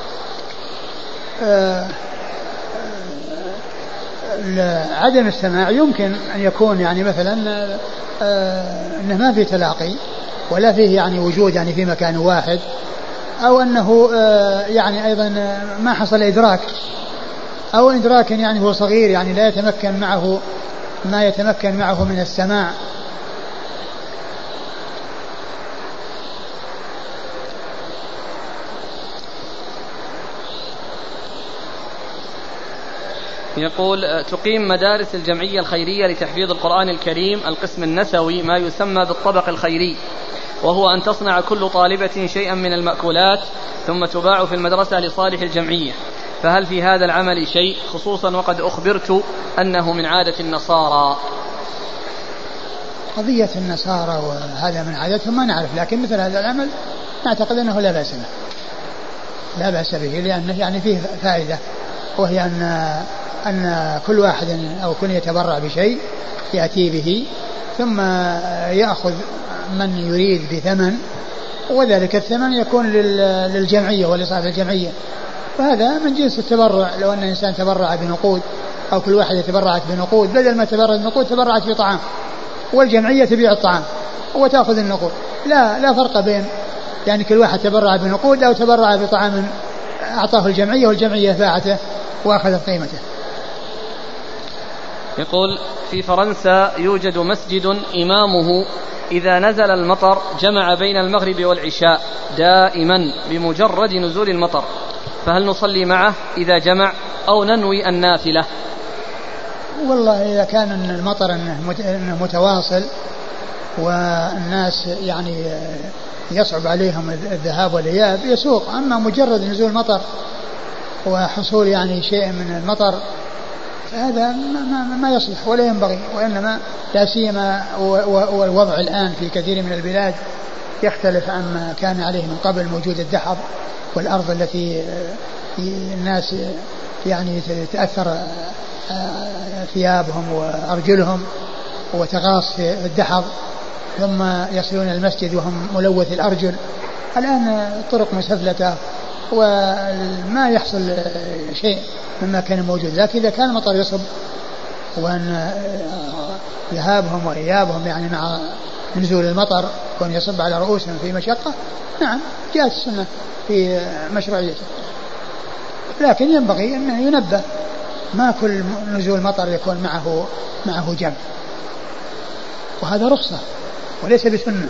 عدم السماع يمكن أن يكون يعني مثلا أنه ما في تلاقي ولا فيه يعني وجود يعني في مكان واحد، أو أنه يعني أيضا ما حصل إدراك، أو إدراك يعني هو صغير يعني لا يتمكن معه ما يتمكن معه من السماع. يقول تقيم مدارس الجمعية الخيرية لتحفيظ القرآن الكريم القسم النسوي ما يسمى بالطبق الخيري، وهو أن تصنع كل طالبة شيئا من المأكولات ثم تباع في المدرسة لصالح الجمعية، فهل في هذا العمل شيء، خصوصا وقد أخبرت أنه من عادة النصارى؟ قضية النصارى وهذا من عادتهم ما نعرف، لكن مثل هذا العمل نعتقد أنه لا بأس به، لا بأس به، لأنه يعني فيه فائدة، وهي أن كل واحد أو كل يتبرع بشيء يأتي به ثم يأخذ من يريد بثمن، وذلك الثمن يكون للجمعية ولصاحب الجمعية، فهذا من جنس التبرع. لو أن الإنسان تبرع بنقود أو كل واحد تبرعت بنقود، بدل ما تبرع بنقود تبرعت بطعام، والجمعية تبيع الطعام وتأخذ النقود، لا فرق بين يعني كل واحد تبرع بنقود أو تبرع بطعام أعطاه الجمعية والجمعية باعته وأخذت قيمته. يقول في فرنسا يوجد مسجد إمامه إذا نزل المطر جمع بين المغرب والعشاء دائما بمجرد نزول المطر، فهل نصلي معه إذا جمع أو ننوي النافلة؟ والله إذا كان المطر إنه متواصل والناس يعني يصعب عليهم الذهاب والإياب يسوق، أما مجرد نزول المطر وحصول يعني شيء من المطر فهذا ما يصلح ولا ينبغي، وإنما لا سيما والوضع الآن في كثير من البلاد يختلف عما كان عليه من قبل، موجود الدحض والأرض التي الناس يعني تتأثر ثيابهم وأرجلهم وتغاص في الدحض ثم يصلون المسجد وهم ملوث الأرجل. الآن الطرق مسفلتة وما يحصل شيء مما كان موجود، لكن إذا كان المطر يصب وأن ذهابهم وإيابهم يعني مع نزول المطر كون يصب على رؤوسهم في مشقة، نعم جاءت السنة في مشروعيته، لكن ينبغي أن ينبه ما كل نزول مطر يكون معه جمع، وهذا رخصة وليس بسنة.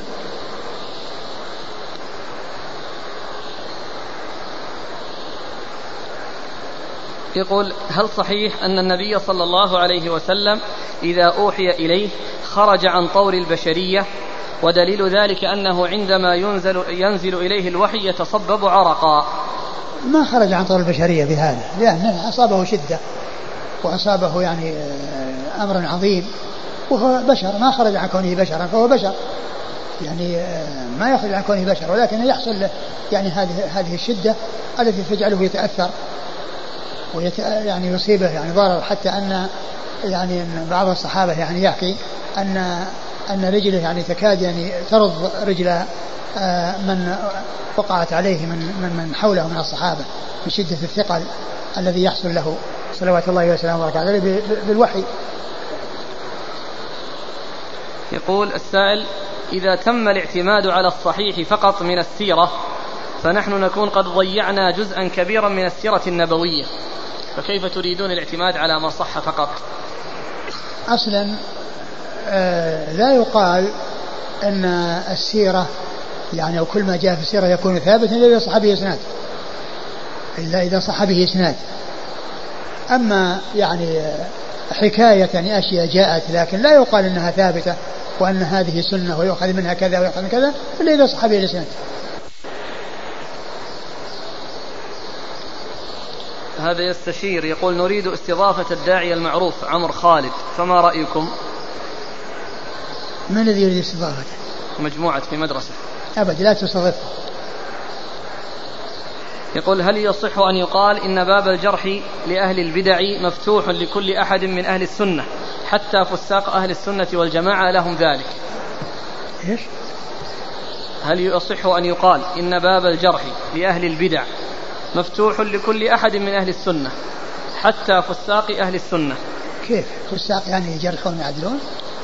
يقول هل صحيح أن النبي صلى الله عليه وسلم إذا أوحي إليه خرج عن طور البشرية، ودليل ذلك أنه عندما ينزل إليه الوحي يتصبب عرقا؟ ما خرج عن طور البشرية بهذا، لأنه أصابه شدة وأصابه يعني أمر عظيم، وهو بشر ما خرج عن كونه بشرا، فهو بشر يعني ما يخرج عن كونه بشر، ولكن يحصل له يعني هذه الشدة التي تجعله يتأثر يعني يصيبه يعني ضرر، حتى أن يعني أن بعض الصحابة يعني يحكي أن رجله يعني تكاد يعني ترض رجل من وقعت عليه من حوله من الصحابة من شدة الثقل الذي يحصل له صلوات الله وسلامه وبركاته عليه بالوحي. يقول السائل: إذا تم الاعتماد على الصحيح فقط من السيرة فنحن نكون قد ضيعنا جزءا كبيرا من السيرة النبوية، فكيف تريدون الاعتماد على ما صح فقط؟ أصلا لا يقال أن السيرة يعني أو كل ما جاء في السيرة يكون ثابتا إلا إذا صح به إسناد، إلا إذا صح به إسناد. أما يعني حكاية أشياء جاءت لكن لا يقال أنها ثابتة وأن هذه سنة ويؤخذ منها كذا ويؤخذ من كذا إلا إذا صح به الإسناد. هذا يستشير يقول: نريد استضافة الداعية المعروف عمرو خالد، فما رأيكم؟ من الذي يريد استضافته؟ مجموعة في مدرسة. أبد لا تستضيف. يقول: هل يصح أن يقال إن باب الجرح لأهل البدع مفتوح لكل أحد من أهل السنة حتى فساق أهل السنة والجماعة لهم ذلك؟ إيش؟ هل يصح أن يقال إن باب الجرح لأهل البدع مفتوح لكل أحد من أهل السنة حتى فساق أهل السنة؟ كيف فساق؟ يعني يجرحون ويعدلون؟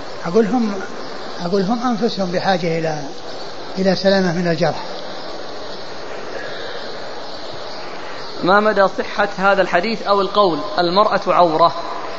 أقول هم أنفسهم بحاجة إلى سلامة من الجرح. ما مدى صحة هذا الحديث أو القول المرأة عورة؟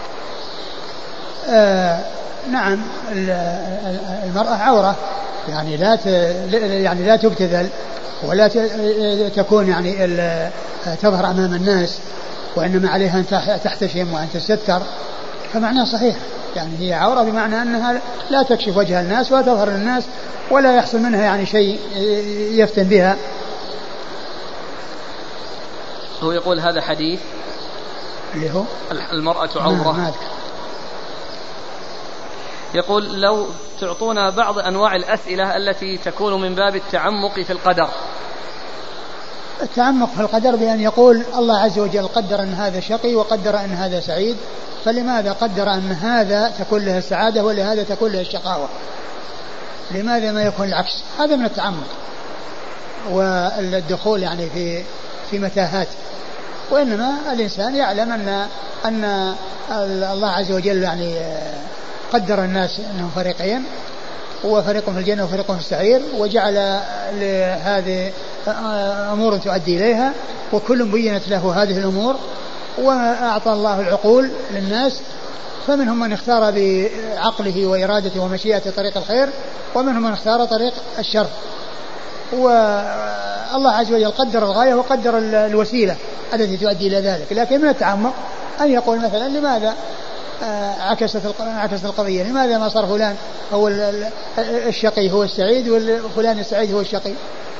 نعم المرأة عورة، يعني لا تبتذل ولا تكون يعني تظهر أمام الناس، وإنما عليها أن تحتشم وأن تستر، فمعناه صحيح. يعني هي عورة بمعنى أنها لا تكشف وجه الناس ولا تظهر للناس ولا يحصل منها يعني شيء يفتن بها. هو يقول هذا حديث اللي هو المرأة عورة. يقول: لو تعطونا بعض أنواع الأسئلة التي تكون من باب التعمق في القدر. التعمق في القدر بأن يقول الله عز وجل قدر أن هذا شقي وقدر أن هذا سعيد، فلماذا قدر أن هذا تكون له السعادة ولهذا تكون له الشقاوة؟ لماذا ما يكون العكس؟ هذا من التعمق والدخول يعني في متاهات. وإنما الإنسان يعلم أن الله عز وجل يعني قدر الناس أنهم فريقين، وفريق في الجنة وفريق في السعير، وجعل لهذه أمور تؤدي إليها، وكل بينت له هذه الأمور، وأعطى الله العقول للناس، فمنهم من اختار بعقله وإرادته ومشيئته طريق الخير، ومنهم من اختار طريق الشر. والله عز وجل قدر الغاية وقدر الوسيلة التي تؤدي إلى ذلك. لكن من التعمق أن يقول مثلا لماذا عكست القضية، لماذا ما صار فلان هو الشقي هو السعيد وفلان السعيد هو الشقي؟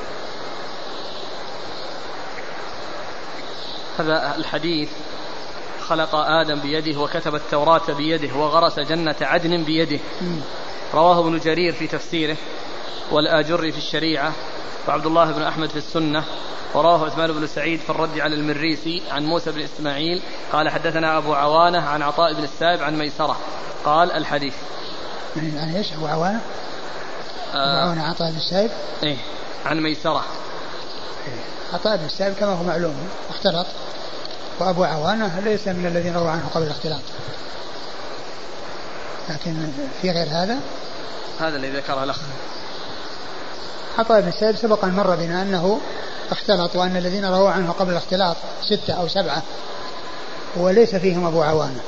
هذا الحديث: خلق آدم بيده وكتب التوراة بيده وغرس جنة عدن بيده، رواه ابن جرير في تفسيره، والآجري في الشريعة، وعبد الله بن أحمد في السنة، ورواه عثمان بن سعيد في الرد على المريسي عن موسى بن إسماعيل قال: حدثنا أبو عوانة عن عطاء بن السائب عن ميسرة قال الحديث. يعني إيش أبو عوانة؟ أبو عوانة عطاء بن السائب إيه عن ميسرة. عطاء بن السائب كما هو معلوم اختلط، وأبو عوانة ليس من الذين روى عنه قبل الاختلاط، لكن في غير هذا الذي ذكره الأخ. عطاء بن السائب سبق أن مر بنا أنه اختلط، وأن الذين رووا عنه قبل الاختلاط 6 أو 7، وليس فيهم أبو عوانة.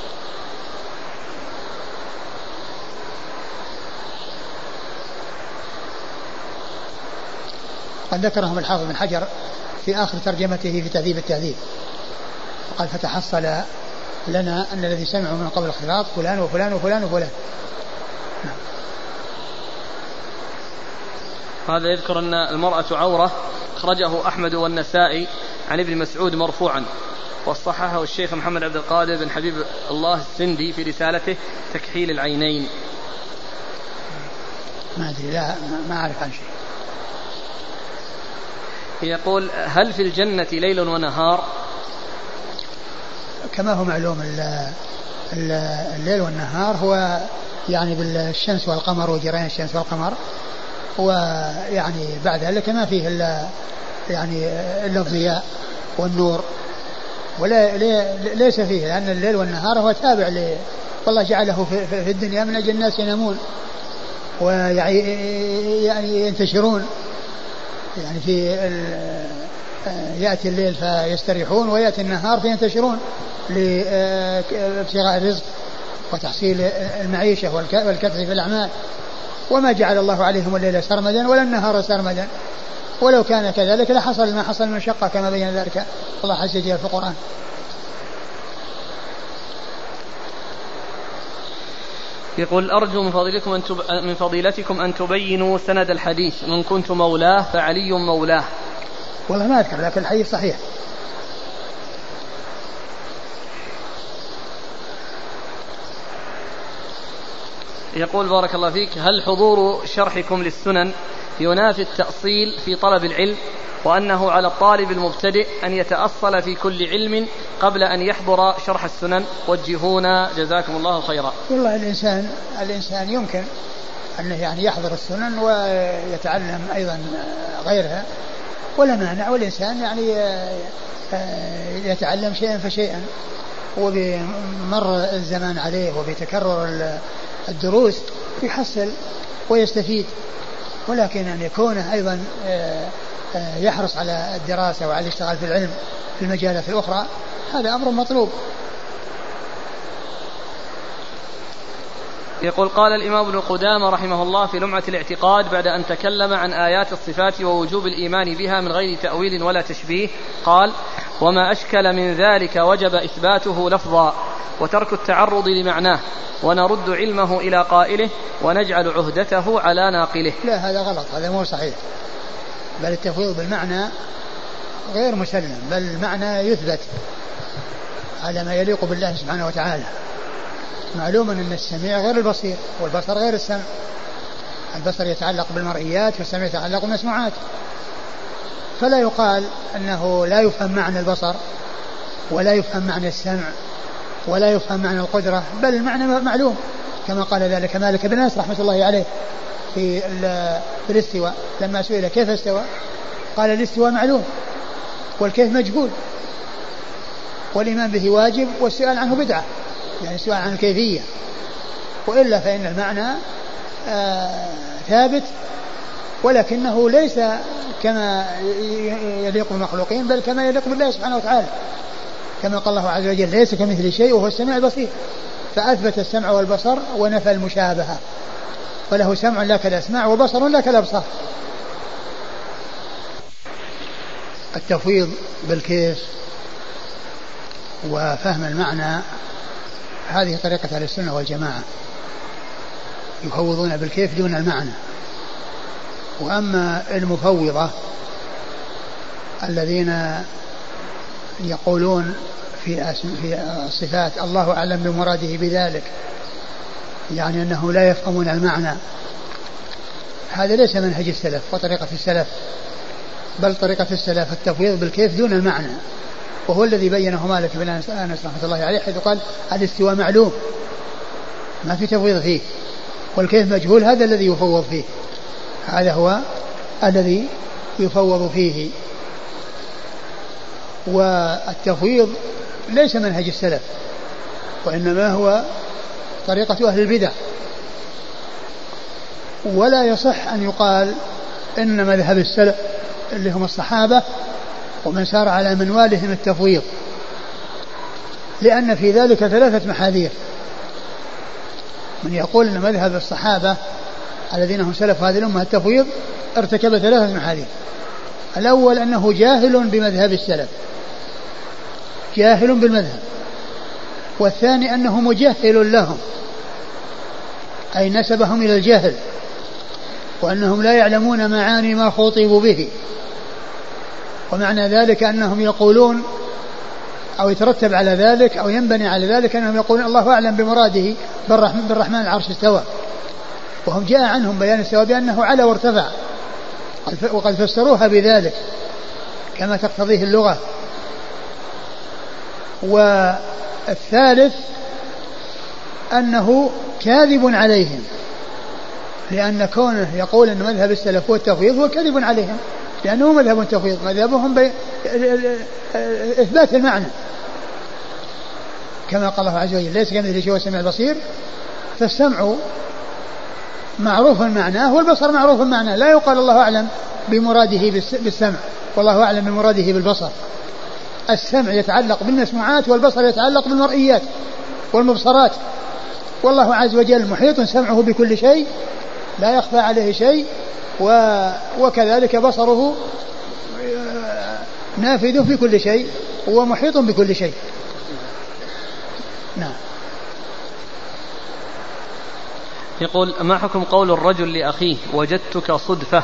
قد ذكرهم الحافظ بن حجر في آخر ترجمته في تهذيب التهذيب، وقال: فتحصل لنا أن الذي سمعوا من قبل الاختلاط فلان وفلان وفلان وفلان. هذا يذكر أن المرأة عورة، أخرجه أحمد والنسائي عن ابن مسعود مرفوعا، وصححه الشيخ محمد عبد القادر بن حبيب الله السندي في رسالته تكحيل العينين. ما أدري، لا ما أعرف عن شيء. يقول: هل في الجنة ليل ونهار؟ كما هو معلوم الليل والنهار هو يعني بالشمس والقمر وجريان الشمس والقمر، ويعني بعد ذلك ما فيه إلا يعني إلا الضياء والنور، ولا ليس فيه، لأن الليل والنهار هو تابع والله جعله في الدنيا من أجل الناس ينامون ويعني ينتشرون، يعني في يأتي الليل فيستريحون ويأتي النهار فينتشرون لابتغاء الرزق وتحصيل المعيشة والكدح في الأعمال. وما جعل الله عليهم الليل سرمدا ولا النهار سرمدا، ولو كان كذلك لحصل ما حصل من شقة كما بين ذلك الله عز وجل في القرآن. يقول أرجو من فضيلتكم أن تبينوا سند الحديث من كنت مولاه فعلي مولاه. والله ما أذكر، لكن الحديث صحيح. يقول بارك الله فيك: هل حضور شرحكم للسنن ينافي التأصيل في طلب العلم، وأنه على الطالب المبتدئ أن يتأصل في كل علم قبل أن يحضر شرح السنن؟ وجهونا جزاكم الله خيرا. والله الإنسان يمكن أنه يعني يحضر السنن ويتعلم أيضا غيرها ولا مانع، والإنسان يعني يتعلم شيئا فشيئا، وبمر الزمان عليه وبتكرر الدروس يحصل ويستفيد، ولكن أن يكون أيضا يحرص على الدراسة وعلى الاشتغال في العلم في المجالات الأخرى، هذا أمر مطلوب. يقول: قال الإمام ابن قدامة رحمه الله في لمعة الاعتقاد بعد أن تكلم عن آيات الصفات ووجوب الإيمان بها من غير تأويل ولا تشبيه، قال: وما أشكل من ذلك وجب إثباته لفظا وترك التعرض لمعناه، ونرد علمه إلى قائله ونجعل عهدته على ناقله. لا، هذا غلط، هذا مو صحيح، بل التفويض بالمعنى غير مسلم، بل المعنى يثبت على ما يليق بالله سبحانه وتعالى. معلوم أن السميع غير البصير والبصر غير السمع، البصر يتعلق بالمرئيات والسمع يتعلق بالمسموعات، فلا يقال أنه لا يفهم معنى البصر ولا يفهم معنى السمع ولا يفهم معنى القدرة، بل المعنى معلوم، كما قال ذلك مالك بن أنس رحمة الله عليه في الاستواء لما سئل كيف استوى قال: الاستواء معلوم والكيف مجهول، والإيمان به واجب والسؤال عنه بدعة، يعني السؤال عن الكيفية، وإلا فإن المعنى ثابت، ولكنه ليس كما يليق بالمخلوقين بل كما يليق بالله سبحانه وتعالى، كما قال الله عز وجل: ليس كمثل شيء وهو السميع البصير، فأثبت السمع والبصر ونفى المشابهة، وله سمع لا كالأسماع وبصر لا كالأبصار. التفويض بالكيف وفهم المعنى هذه طريقة أهل السنة والجماعة، يفوضون بالكيف دون المعنى. وأما المفوضة الذين يقولون في الصفات الله أعلم بمراده بذلك، يعني أنه لا يفهمون المعنى، هذا ليس منهج السلف وطريقة السلف، بل طريقة السلف التفويض بالكيف دون المعنى، وهو الذي بينه مالك بن أنس رحمة الله عليه، حيث قال: الاستواء معلوم ما في تفويض فيه، والكيف مجهول، هذا الذي يفوض فيه، هذا هو الذي يفوض فيه. والتفويض ليس منهج السلف، وإنما هو طريقة أهل البدع، ولا يصح أن يقال إن مذهب السلف اللي هم الصحابة ومن سار على منوالهم التفويض، لأن في ذلك 3 محاذير. من يقول أن مذهب الصحابة الذين هم سلف هذه الأمة التفويض ارتكب 3 محاذير. الأول أنه جاهل بمذهب السلف، جاهل بالمذهب، والثاني أنه مجهل لهم، أي نسبهم إلى الجهل، وأنهم لا يعلمون معاني ما خوطبوا به، ومعنى ذلك أنهم يقولون أو يترتب على ذلك أو ينبني على ذلك أنهم يقولون الله أعلم بمراده بالرحمن العرش استوى، وهم جاء عنهم بيان استوى بأنه على وارتفع، وقد فسروها بذلك كما تقتضيه اللغة. والثالث أنه كاذب عليهم، لأن كونه يقول أن مذهب السلف هو التفويض هو كاذب عليهم، لأنه مذهب التفويض، مذهبهم إثبات المعنى، كما قال الله عز وجل ليس كمثله شيء والسميع البصير. فالسمع معروف معناه والبصر معروف معناه، لا يقال الله أعلم بمراده بالسمع والله أعلم بمراده بالبصر. السمع يتعلق بالمسموعات والبصر يتعلق بالمرئيات والمبصرات، والله عز وجل محيط سمعه بكل شيء لا يخفى عليه شيء، وكذلك بصره نافذ في كل شيء ومحيط بكل شيء. نعم. يقول ما حكم قول الرجل لأخيه وجدتك صدفة؟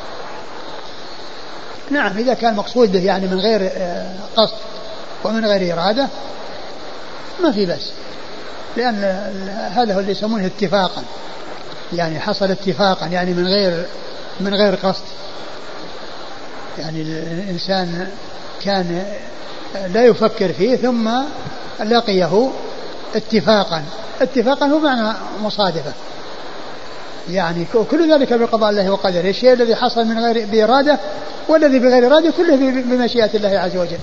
نعم، إذا كان مقصود به يعني من غير قصد ومن غير إرادة ما في بس، لأن هذا هو اللي يسمونه اتفاقا، يعني حصل اتفاقا يعني من غير قصد، يعني الإنسان كان لا يفكر فيه ثم لقيه اتفاقا هو معنى مصادفة، يعني كل ذلك بقضاء الله وقدره. الشيء الذي حصل من غير بإرادة والذي بغير إرادة كله بمشيئة الله عز وجل.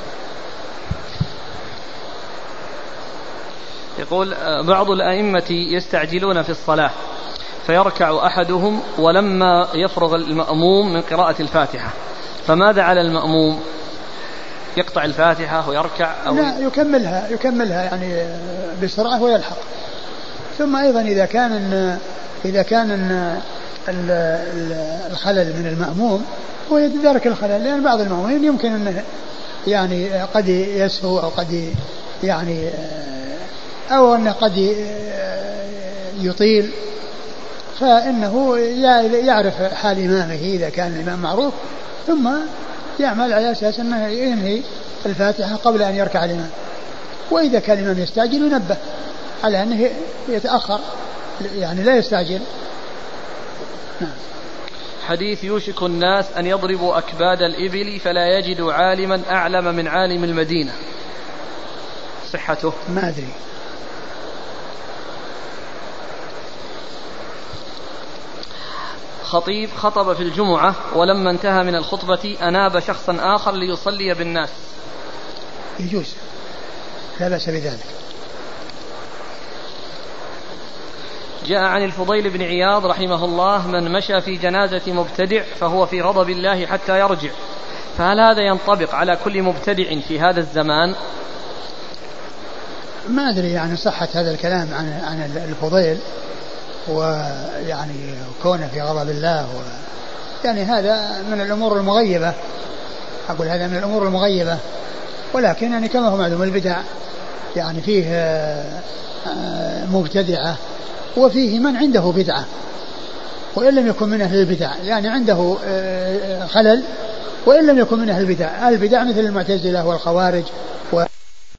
يقول بعض الأئمة يستعجلون في الصلاة فيركع أحدهم ولما يفرغ المأموم من قراءة الفاتحة، فماذا على المأموم؟ يقطع الفاتحة ويركع أو لا يكملها يعني بسرعة ويلحق. ثم أيضا إذا كان الخلل من المأموم هو يتدارك الخلل، لأن بعض المأمومين يمكن أنه يعني قد يسهو أو قد يعني أو أنه قد يطيل، فإنه يعرف حال إمامه إذا كان الإمام معروف، ثم يعمل على أساس أنه ينهي الفاتحة قبل أن يركع الإمام. وإذا كان الإمام يستعجل ينبه على أنه يتأخر، يعني لا يستعجل. نعم. حديث يوشك الناس أن يضربوا أكباد الإبل فلا يجدوا عالما أعلم من عالم المدينة، صحته ما أدري. خطيب خطب في الجمعة ولما انتهى من الخطبة أناب شخصا آخر ليصلي بالناس، يجوز لا بأس بذلك. جاء عن الفضيل بن عياض رحمه الله من مشى في جنازة مبتدع فهو في غضب الله حتى يرجع، فهل هذا ينطبق على كل مبتدع في هذا الزمان؟ ما أدري يعني صحة هذا الكلام عن الفضيل، ويعني كونه في غضب الله يعني هذا من الأمور المغيبة، أقول هذا من الأمور المغيبة، ولكن يعني كما هو معلوم البدع يعني فيه مبتدعة وفيه من عنده بدعة وإن لم يكن من أهل البدع، يعني عنده خلل وإن لم يكن من أهل البدع. البدع مثل المعتزلة والخوارج